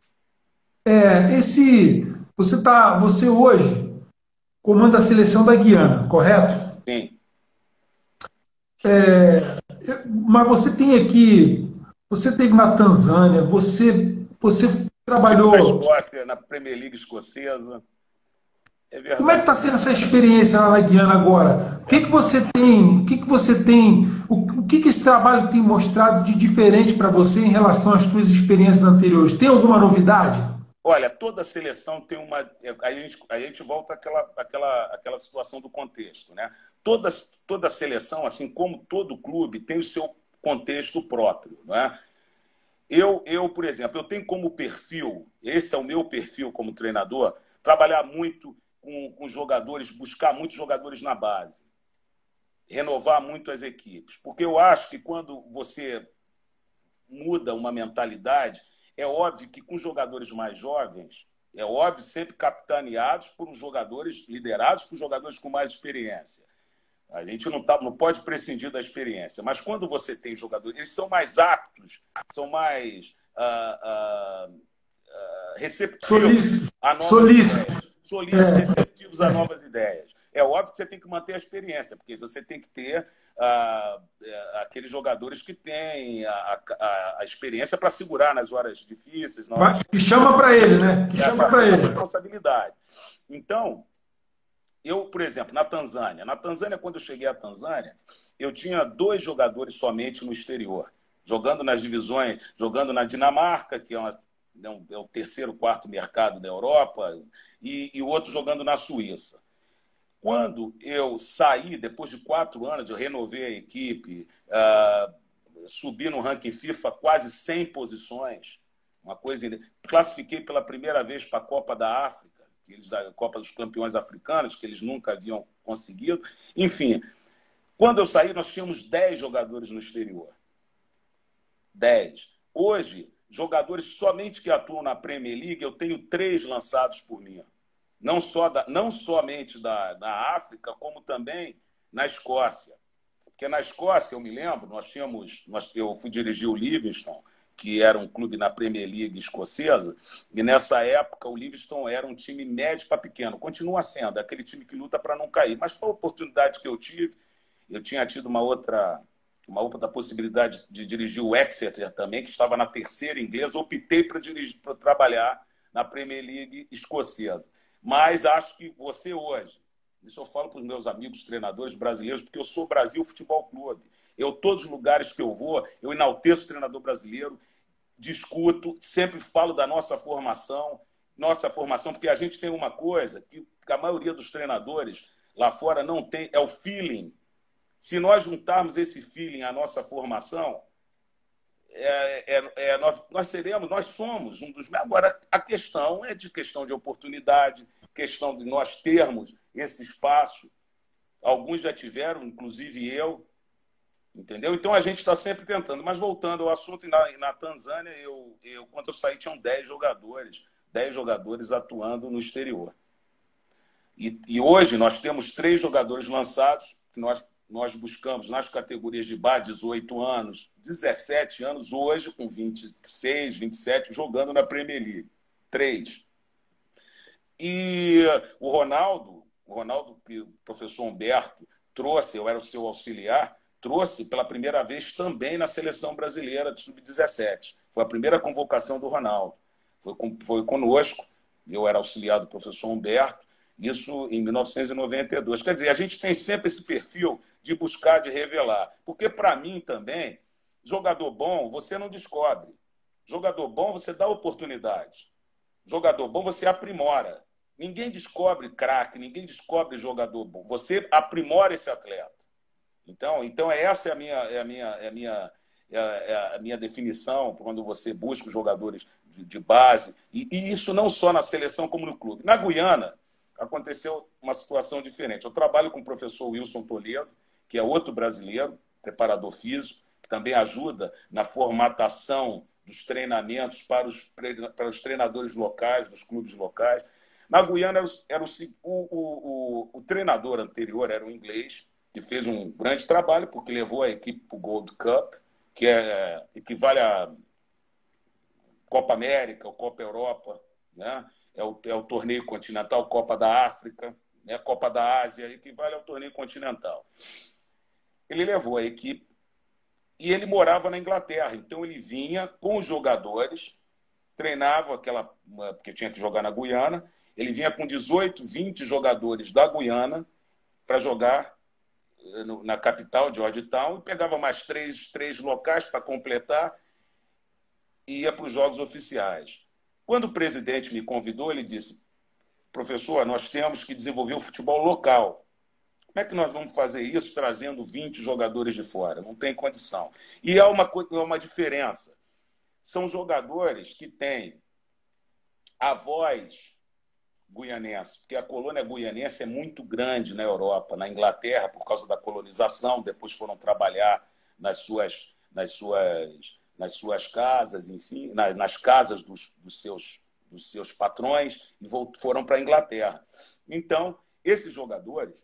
É, esse... Você, tá, você hoje comanda a seleção da Guiana, correto? Sim. É, mas você tem aqui... Você teve na Tanzânia, você, você trabalhou... Na Escócia, na Premier League escocesa. É verdade. Como é que está sendo essa experiência lá na Guiana agora? O que, que você tem, o que, que você tem, o, o que, que esse trabalho tem mostrado de diferente para você em relação às suas experiências anteriores? Tem alguma novidade? Olha, toda seleção tem uma... Aí a gente, aí a gente volta àquela, àquela, àquela situação do contexto, né? Toda, toda seleção, assim como todo clube, tem o seu contexto próprio, não é? Eu, eu, por exemplo, eu tenho como perfil, esse é o meu perfil como treinador, trabalhar muito com, com jogadores, buscar muitos jogadores na base, renovar muito as equipes. Porque eu acho que quando você muda uma mentalidade, é óbvio que com jogadores mais jovens, é óbvio, sempre capitaneados por jogadores, liderados por jogadores com mais experiência. A gente não, tá, não pode prescindir da experiência. Mas quando você tem jogadores, eles são mais aptos, são mais ah, ah, ah, receptivos a novas Solícito. ideias. Solícitos, receptivos a novas ideias. É óbvio que você tem que manter a experiência, porque você tem que ter ah, aqueles jogadores que têm a, a, a experiência para segurar nas horas difíceis. Não... Que chama para ele, né? Que é, chama para ele. Responsabilidade. Então, eu, por exemplo, na Tanzânia, na Tanzânia, quando eu cheguei à Tanzânia, eu tinha dois jogadores somente no exterior, jogando nas divisões, jogando na Dinamarca, que é, uma, é o terceiro, quarto mercado da Europa, e, e o outro jogando na Suíça. Quando eu saí, depois de quatro anos, eu renovei a equipe, uh, subi no ranking FIFA quase cem posições, uma coisa, classifiquei pela primeira vez para a Copa da África, que eles, da Copa dos Campeões Africanos, que eles nunca haviam conseguido. Enfim, quando eu saí, nós tínhamos dez jogadores no exterior. dez. Hoje, jogadores somente que atuam na Premier League, eu tenho três lançados por mim. Não, só da, não somente da, da África, como também na Escócia. Porque na Escócia, eu me lembro, nós tínhamos, nós, eu fui dirigir o Livingston, que era um clube na Premier League escocesa, e nessa época o Livingston era um time médio para pequeno. Continua sendo, é aquele time que luta para não cair. Mas foi a oportunidade que eu tive. Eu tinha tido uma outra, uma outra possibilidade de dirigir o Exeter também, que estava na terceira inglesa. Optei para dirigir, para trabalhar na Premier League escocesa. Mas acho que você hoje, isso eu falo para os meus amigos treinadores brasileiros, porque eu sou Brasil Futebol Clube. Eu, todos os lugares que eu vou, eu enalteço o treinador brasileiro, discuto, sempre falo da nossa formação, nossa formação, porque a gente tem uma coisa que a maioria dos treinadores lá fora não tem, é o feeling. Se nós juntarmos esse feeling à nossa formação, é, é, é, nós, nós seremos, nós somos um dos... Agora, a questão é de questão de oportunidade, questão de nós termos esse espaço. Alguns já tiveram, inclusive eu, entendeu? Então, a gente está sempre tentando. Mas, voltando ao assunto, na, na Tanzânia, eu, eu, quando eu saí, tinham dez jogadores, dez jogadores atuando no exterior. E, e hoje nós temos três jogadores lançados, que nós, nós buscamos nas categorias de base, dezoito anos, dezessete anos, hoje com vinte e seis, vinte e sete, jogando na Premier League. Três. E o Ronaldo, o Ronaldo, que o professor Humberto trouxe, eu era o seu auxiliar, trouxe pela primeira vez também na seleção brasileira de sub dezessete. Foi a primeira convocação do Ronaldo. Foi, foi conosco, eu era auxiliar do professor Humberto, isso em mil novecentos e noventa e dois. Quer dizer, a gente tem sempre esse perfil de buscar, de revelar. Porque, para mim também, jogador bom você não descobre. Jogador bom você dá oportunidade. Jogador bom você aprimora. Ninguém descobre craque, ninguém descobre jogador bom. Você aprimora esse atleta. Então, então essa é a minha, é a minha, é a minha, é a minha definição quando você busca os jogadores de, de base. E, e isso não só na seleção como no clube. Na Guiana, aconteceu uma situação diferente. Eu trabalho com o professor Wilson Toledo, que é outro brasileiro, preparador físico, que também ajuda na formatação dos treinamentos para os, para os treinadores locais, dos clubes locais. Na Guiana, era o, o, o, o treinador anterior era um inglês, que fez um grande trabalho, porque levou a equipe para o Gold Cup, que é, equivale a Copa América, ou Copa Europa, né? é, o, é o torneio continental, Copa da África, né? Copa da Ásia, equivale ao torneio continental. Ele levou a equipe e ele morava na Inglaterra, então ele vinha com os jogadores, treinava aquela, porque tinha que jogar na Guiana, ele vinha com dezoito, vinte jogadores da Guiana para jogar na capital, Georgetown, e pegava mais três, três locais para completar e ia para os jogos oficiais. Quando o presidente me convidou, ele disse: professor, nós temos que desenvolver o futebol local. Como é que nós vamos fazer isso trazendo vinte jogadores de fora? Não tem condição. E há uma, uma diferença. São jogadores que têm a voz guianense, porque a colônia guianense é muito grande na Europa, na Inglaterra, por causa da colonização, depois foram trabalhar nas suas, nas suas, nas suas casas, enfim, nas, nas casas dos, dos, seus, dos seus patrões, e foram para a Inglaterra. Então, esses jogadores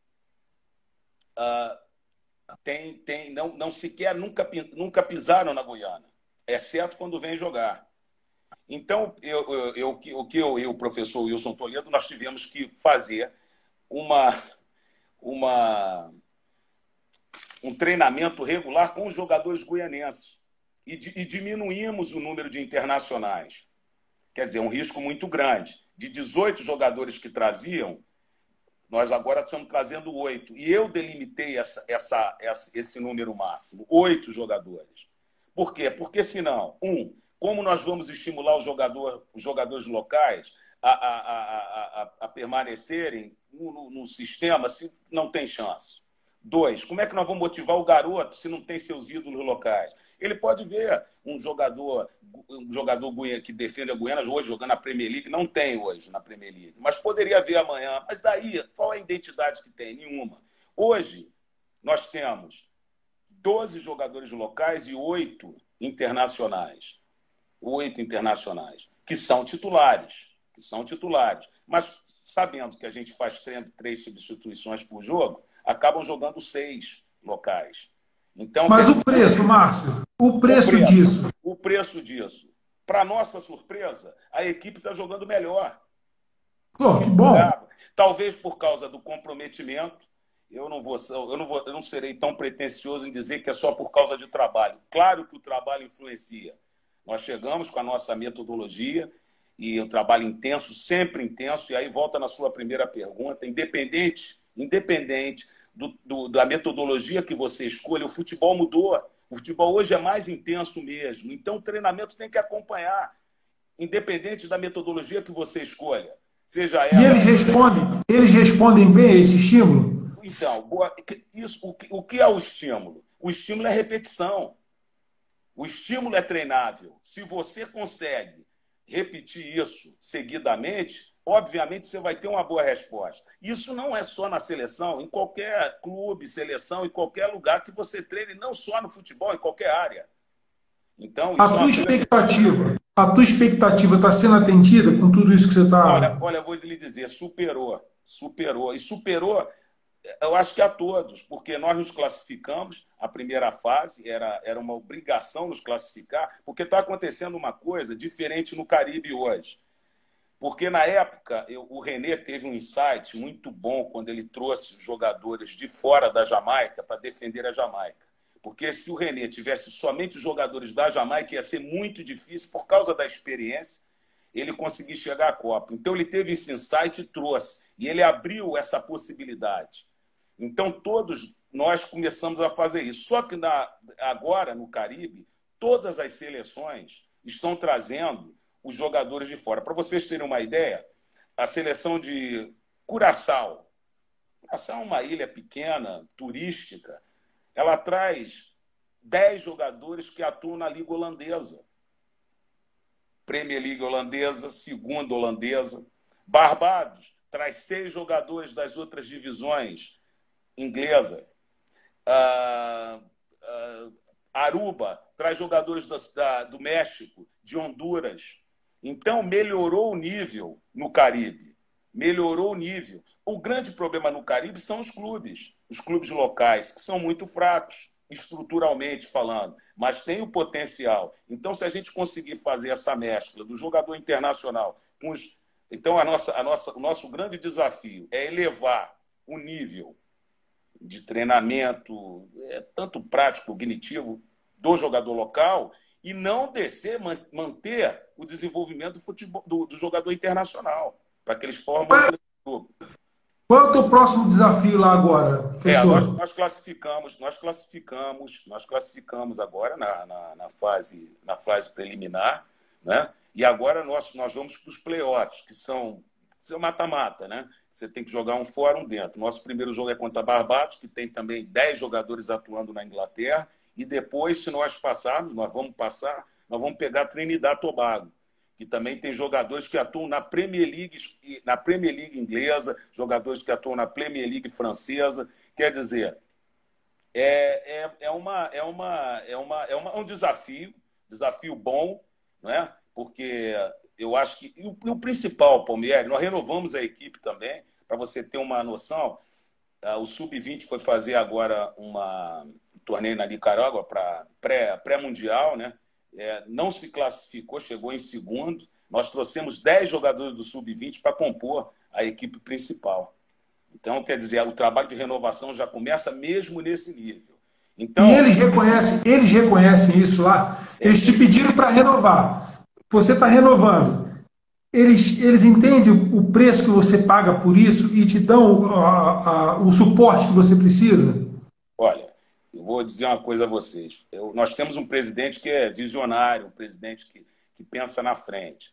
uh, tem, tem, não, não sequer nunca, nunca pisaram na Guiana, exceto quando vêm jogar. Então, eu, eu, eu, o que eu e o professor Wilson Toledo, nós tivemos que fazer uma, uma, um treinamento regular com os jogadores guianenses e, e diminuímos o número de internacionais. Quer dizer, um risco muito grande. De dezoito jogadores que traziam, nós agora estamos trazendo oito. E eu delimitei essa, essa, essa, esse número máximo, oito jogadores. Por quê? Porque, senão, um... como nós vamos estimular os, jogador, os jogadores locais a, a, a, a, a permanecerem no, no sistema se não tem chance? Dois, como é que nós vamos motivar o garoto se não tem seus ídolos locais? Ele pode ver um jogador um jogador que defende a Guiana hoje jogando na Premier League, não tem hoje na Premier League, mas poderia haver amanhã. Mas daí, qual é a identidade que tem? Nenhuma. Hoje, nós temos doze jogadores locais e oito internacionais. Oito internacionais, que são titulares. Que são titulares. Mas, sabendo que a gente faz três substituições por jogo, acabam jogando seis locais. Então, mas o preço, Márcio, o preço, o preço disso? O preço disso. Para nossa surpresa, a equipe está jogando melhor. Pô, que bom. Talvez por causa do comprometimento. Eu não, vou, eu, não vou, eu não serei tão pretensioso em dizer que é só por causa de trabalho. Claro que o trabalho influencia. Nós chegamos com a nossa metodologia e um trabalho intenso, sempre intenso, e aí volta na sua primeira pergunta, independente, independente do, do, da metodologia que você escolha, o futebol mudou. O futebol hoje é mais intenso mesmo. Então o treinamento tem que acompanhar, independente da metodologia que você escolha. Seja ela... E eles respondem, eles respondem bem a esse estímulo? Então, isso, o, que, o que é o estímulo? O estímulo é repetição. O estímulo é treinável. Se você consegue repetir isso seguidamente, obviamente você vai ter uma boa resposta. Isso não é só na seleção, em qualquer clube, seleção, em qualquer lugar que você treine, não só no futebol, em qualquer área. Então, a tua expectativa, a tua expectativa está sendo atendida com tudo isso que você está... Olha, olha, eu vou lhe dizer, superou, superou. E superou, eu acho que a todos, porque nós nos classificamos, a primeira fase era, era uma obrigação nos classificar, porque está acontecendo uma coisa diferente no Caribe hoje. Porque na época, eu, o René teve um insight muito bom quando ele trouxe jogadores de fora da Jamaica para defender a Jamaica. Porque se o René tivesse somente jogadores da Jamaica, ia ser muito difícil, por causa da experiência, ele conseguir chegar à Copa. Então ele teve esse insight e trouxe. E ele abriu essa possibilidade. Então todos nós começamos a fazer isso. Só que na, agora, no Caribe, todas as seleções estão trazendo os jogadores de fora. Para vocês terem uma ideia, a seleção de Curaçao. Curaçao é uma ilha pequena, turística. Ela traz dez jogadores que atuam na Liga Holandesa. Premier League holandesa, segunda holandesa. Barbados traz seis jogadores das outras divisões inglesa. Uh, uh, Aruba traz jogadores da, da, do México, de Honduras. Então, melhorou o nível no Caribe. Melhorou o nível. O grande problema no Caribe são os clubes. Os clubes locais, que são muito fracos, estruturalmente falando, mas tem o potencial. Então, se a gente conseguir fazer essa mescla do jogador internacional com os... Então, a nossa, a nossa, o nosso grande desafio é elevar o nível de treinamento, é, tanto prático, cognitivo, do jogador local e não descer, manter o desenvolvimento do, futebol, do, do jogador internacional, para que eles formem um grupo. Qual é o teu próximo desafio lá agora? Fechou? É, nós, nós classificamos, nós classificamos, nós classificamos agora na, na, na, fase, na fase preliminar, né? E agora nós, nós vamos para os playoffs, que são mata-mata, né? Você tem que jogar um fora, um dentro. Nosso primeiro jogo é contra Barbados, que tem também dez jogadores atuando na Inglaterra, e depois, se nós passarmos, nós vamos passar, nós vamos pegar Trinidad e Tobago, que também tem jogadores que atuam na Premier League, na Premier League inglesa, jogadores que atuam na Premier League francesa. Quer dizer, é, é, é, uma, é, uma, é, uma, é uma, um desafio, desafio bom, né? Porque eu acho que... E o, e o principal, Palmieri, nós renovamos a equipe também, para você ter uma noção. O sub vinte foi fazer agora uma, um torneio na Nicarágua para pré-mundial, né? É, não se classificou, chegou em segundo. Nós trouxemos dez jogadores do sub vinte para compor a equipe principal. Então, quer dizer, o trabalho de renovação já começa mesmo nesse nível. Então, e eles reconhecem, eles reconhecem isso lá? Eles te pediram para renovar. Você está renovando. Eles, eles entendem o preço que você paga por isso e te dão a, a, o suporte que você precisa? Olha, eu vou dizer uma coisa a vocês. Eu, nós temos um presidente que é visionário, um presidente que, que pensa na frente.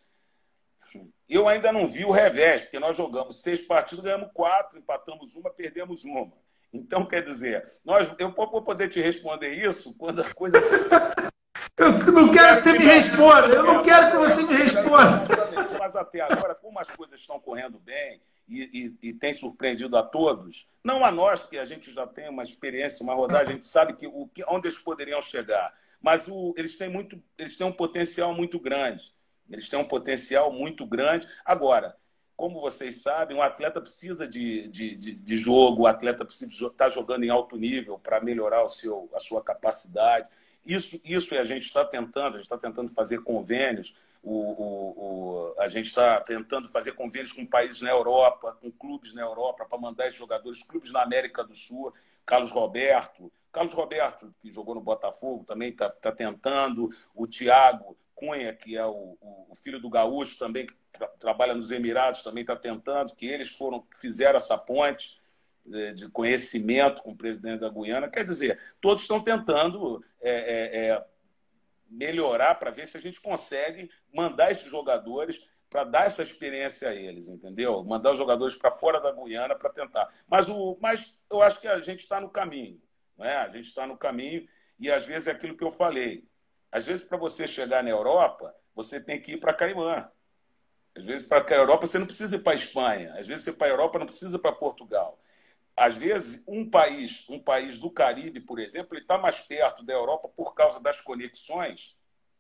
Eu ainda não vi o revés, porque nós jogamos seis partidas, ganhamos quatro, empatamos uma, perdemos uma. Então, quer dizer, nós, eu vou poder te responder isso quando a coisa... Eu não quero que você me responda. Eu não quero que você me responda. Mas até agora, como as coisas estão correndo bem e, e, e tem surpreendido a todos, não a nós, porque a gente já tem uma experiência, uma rodagem, a gente sabe que, o, que, onde eles poderiam chegar. Mas o, eles, têm muito, eles têm um potencial muito grande. Eles têm um potencial muito grande. Agora, como vocês sabem, um atleta precisa de, de, de, de jogo, o atleta precisa estar jogando em alto nível para melhorar o seu, a sua capacidade. Isso, isso a gente está tentando, a gente está tentando fazer convênios, o, o, o, a gente está tentando fazer convênios com países na Europa, com clubes na Europa, para mandar esses jogadores, clubes na América do Sul, Carlos Roberto, Carlos Roberto, que jogou no Botafogo, também está tá tentando, o Thiago Cunha, que é o, o filho do Gaúcho, também, que tra trabalha nos Emirados, também está tentando, que eles foram, que fizeram essa ponte de conhecimento com o presidente da Guiana. Quer dizer, todos estão tentando é, é, é, melhorar para ver se a gente consegue mandar esses jogadores para dar essa experiência a eles, entendeu? Mandar os jogadores para fora da Guiana para tentar. Mas, o, mas eu acho que a gente está no caminho, não é? A gente está no caminho e às vezes é aquilo que eu falei. Às vezes, para você chegar na Europa, você tem que ir para Caimã. Às vezes, para a Europa, você não precisa ir para a Espanha. Às vezes, você para a Europa não precisa ir para Portugal. Às vezes, um país, um país do Caribe, por exemplo, ele está mais perto da Europa por causa das conexões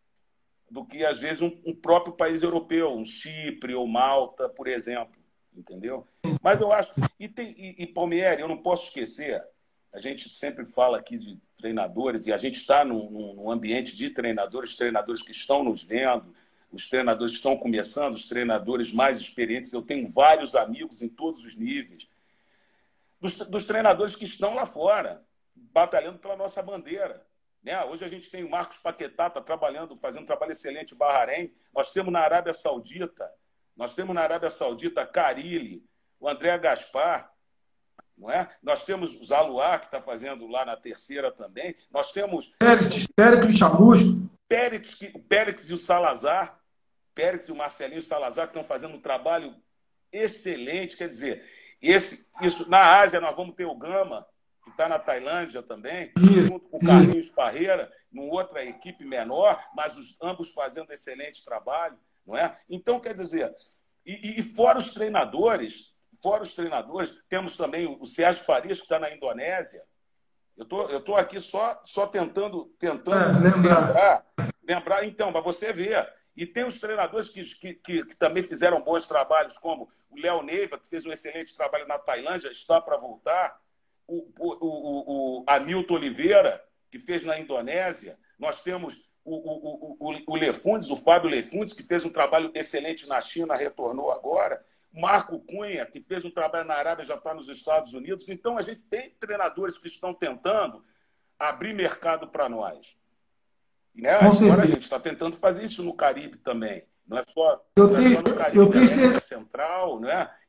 do que, às vezes, um, um próprio país europeu, um Chipre ou Malta, por exemplo. Entendeu? Mas eu acho... E, tem, e, e Palmieri, eu não posso esquecer, a gente sempre fala aqui de treinadores e a gente está num, num ambiente de treinadores, treinadores que estão nos vendo, os treinadores que estão começando, os treinadores mais experientes. Eu tenho vários amigos em todos os níveis. Dos, dos treinadores que estão lá fora, batalhando pela nossa bandeira. Né? Hoje a gente tem o Marcos Paquetá, tá trabalhando, fazendo um trabalho excelente em Bahrein. Nós temos na Arábia Saudita, nós temos na Arábia Saudita Carilli, o André Gaspar, não é? Nós temos o Zaluá, que está fazendo lá na terceira também. Nós temos Pérez, Pérez Chamusco. Pérez, o Pérez e o Salazar, Pérez e o Marcelinho Salazar, que estão fazendo um trabalho excelente. Quer dizer, esse, isso, na Ásia nós vamos ter o Gama, que está na Tailândia também, junto com o Carlinhos Parreira, numa outra equipe menor, mas os, ambos fazendo excelente trabalho, não é? Então, quer dizer, e, e fora os treinadores, fora os treinadores, temos também o Sérgio Farias, que está na Indonésia. Eu tô, eu tô aqui só, só tentando, tentando é, lembrar. lembrar, lembrar. Então, para você ver. E tem os treinadores que, que, que, que também fizeram bons trabalhos, como o Léo Neiva, que fez um excelente trabalho na Tailândia, está para voltar. O, o, o, o Hamilton Oliveira, que fez na Indonésia. Nós temos o, o, o, o Lefundes, o Fábio Lefundes, que fez um trabalho excelente na China, retornou agora. Marco Cunha, que fez um trabalho na Arábia, já está nos Estados Unidos. Então, a gente tem treinadores que estão tentando abrir mercado para nós. Né? Agora a gente está tentando fazer isso no Caribe também. Não é só, eu não tenho, é só no Caribe, eu tenho é certeza, Central, não é?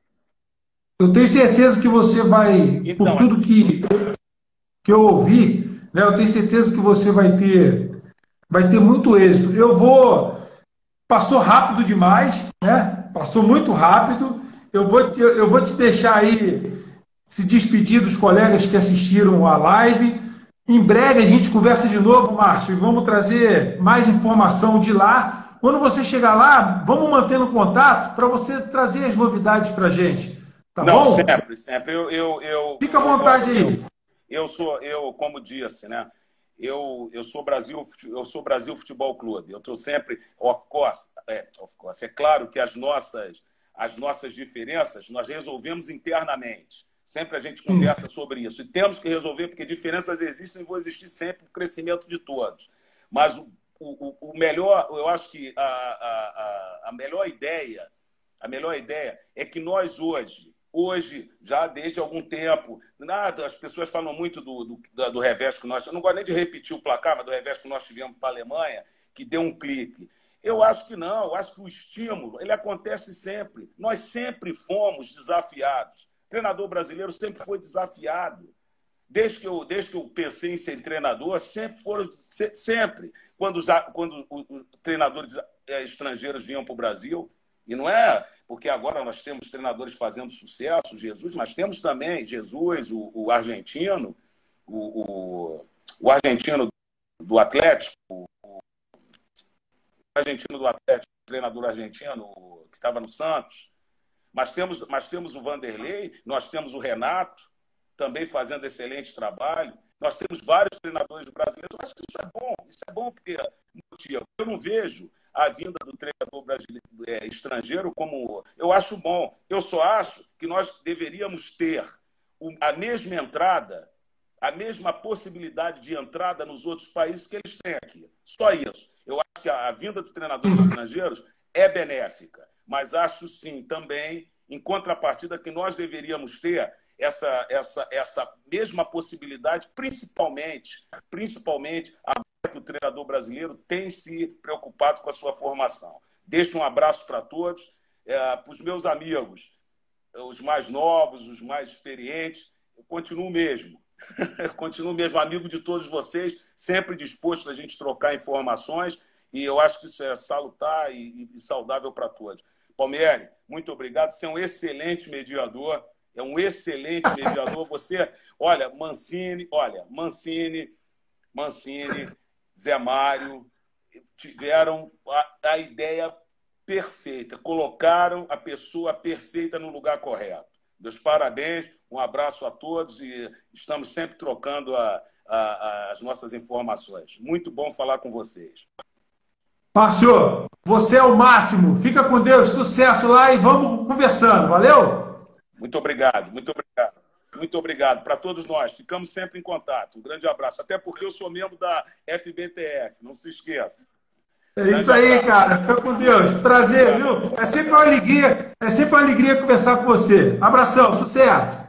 Eu tenho certeza que você vai, então, por tudo que, que eu ouvi, né, eu tenho certeza que você vai ter, vai ter muito êxito. Eu vou... Passou rápido demais, né? Passou muito rápido. Eu vou, te, eu vou te deixar aí se despedir dos colegas que assistiram a live. Em breve a gente conversa de novo, Márcio, e vamos trazer mais informação de lá. Quando você chegar lá, vamos mantendo contato para você trazer as novidades para a gente. Tá Não, bom? sempre, sempre. Eu, eu, eu, Fica à vontade eu, aí. Eu, eu sou, eu, como disse, né? Eu, eu, sou Brasil, eu sou Brasil Futebol Clube. Eu estou sempre, of course, é, of course, é claro que as nossas, as nossas diferenças nós resolvemos internamente. Sempre a gente conversa sobre isso. E temos que resolver, porque diferenças existem e vão existir sempre o crescimento de todos. Mas o, o, o melhor, eu acho que a, a, a melhor ideia, a melhor ideia é que nós hoje, Hoje, já desde algum tempo, nada, as pessoas falam muito do, do, do revés que nós... Eu não gosto nem de repetir o placar, mas do revés que nós tivemos para a Alemanha, que deu um clique. Eu acho que não, eu acho que o estímulo ele acontece sempre. Nós sempre fomos desafiados. O treinador brasileiro sempre foi desafiado. Desde que eu, desde que eu pensei em ser treinador, sempre foram... Sempre. Quando os, quando os treinadores estrangeiros vinham para o Brasil, e não é... Porque agora nós temos treinadores fazendo sucesso, Jesus, mas temos também Jesus, o, o argentino, o, o, o argentino do Atlético, o argentino do Atlético, treinador argentino que estava no Santos. Mas temos, mas temos o Vanderlei, nós temos o Renato, também fazendo excelente trabalho. Nós temos vários treinadores brasileiros. Eu acho que isso é bom. Isso é bom porque eu não vejo a vinda do treinador brasileiro, é, estrangeiro como... Eu acho bom. Eu só acho que nós deveríamos ter a mesma entrada, a mesma possibilidade de entrada nos outros países que eles têm aqui. Só isso. Eu acho que a vinda de treinadores estrangeiros é benéfica. Mas acho, sim, também, em contrapartida, que nós deveríamos ter essa, essa, essa mesma possibilidade, principalmente, principalmente agora que o treinador brasileiro tem se preocupado com a sua formação. Deixo um abraço para todos, é, para os meus amigos, os mais novos, os mais experientes. Eu continuo mesmo, eu continuo mesmo amigo de todos vocês, sempre disposto a gente trocar informações, e eu acho que isso é salutar e, e saudável para todos. Palmieri, muito obrigado. Você é um excelente mediador. É um excelente mediador. Você, olha, Mancini, olha, Mancini, Mancini, Zé Mário tiveram a, a ideia perfeita, colocaram a pessoa perfeita no lugar correto. Meus parabéns, um abraço a todos e estamos sempre trocando a, a, as nossas informações. Muito bom falar com vocês. Márcio, você é o máximo. Fica com Deus, sucesso lá e vamos conversando. Valeu? Muito obrigado, muito obrigado. Muito obrigado para todos nós. Ficamos sempre em contato. Um grande abraço. Até porque eu sou membro da F B T F, não se esqueça. É isso aí, cara. Fica com Deus. Prazer, viu? É sempre uma alegria, é sempre uma alegria conversar com você. Abração, sucesso.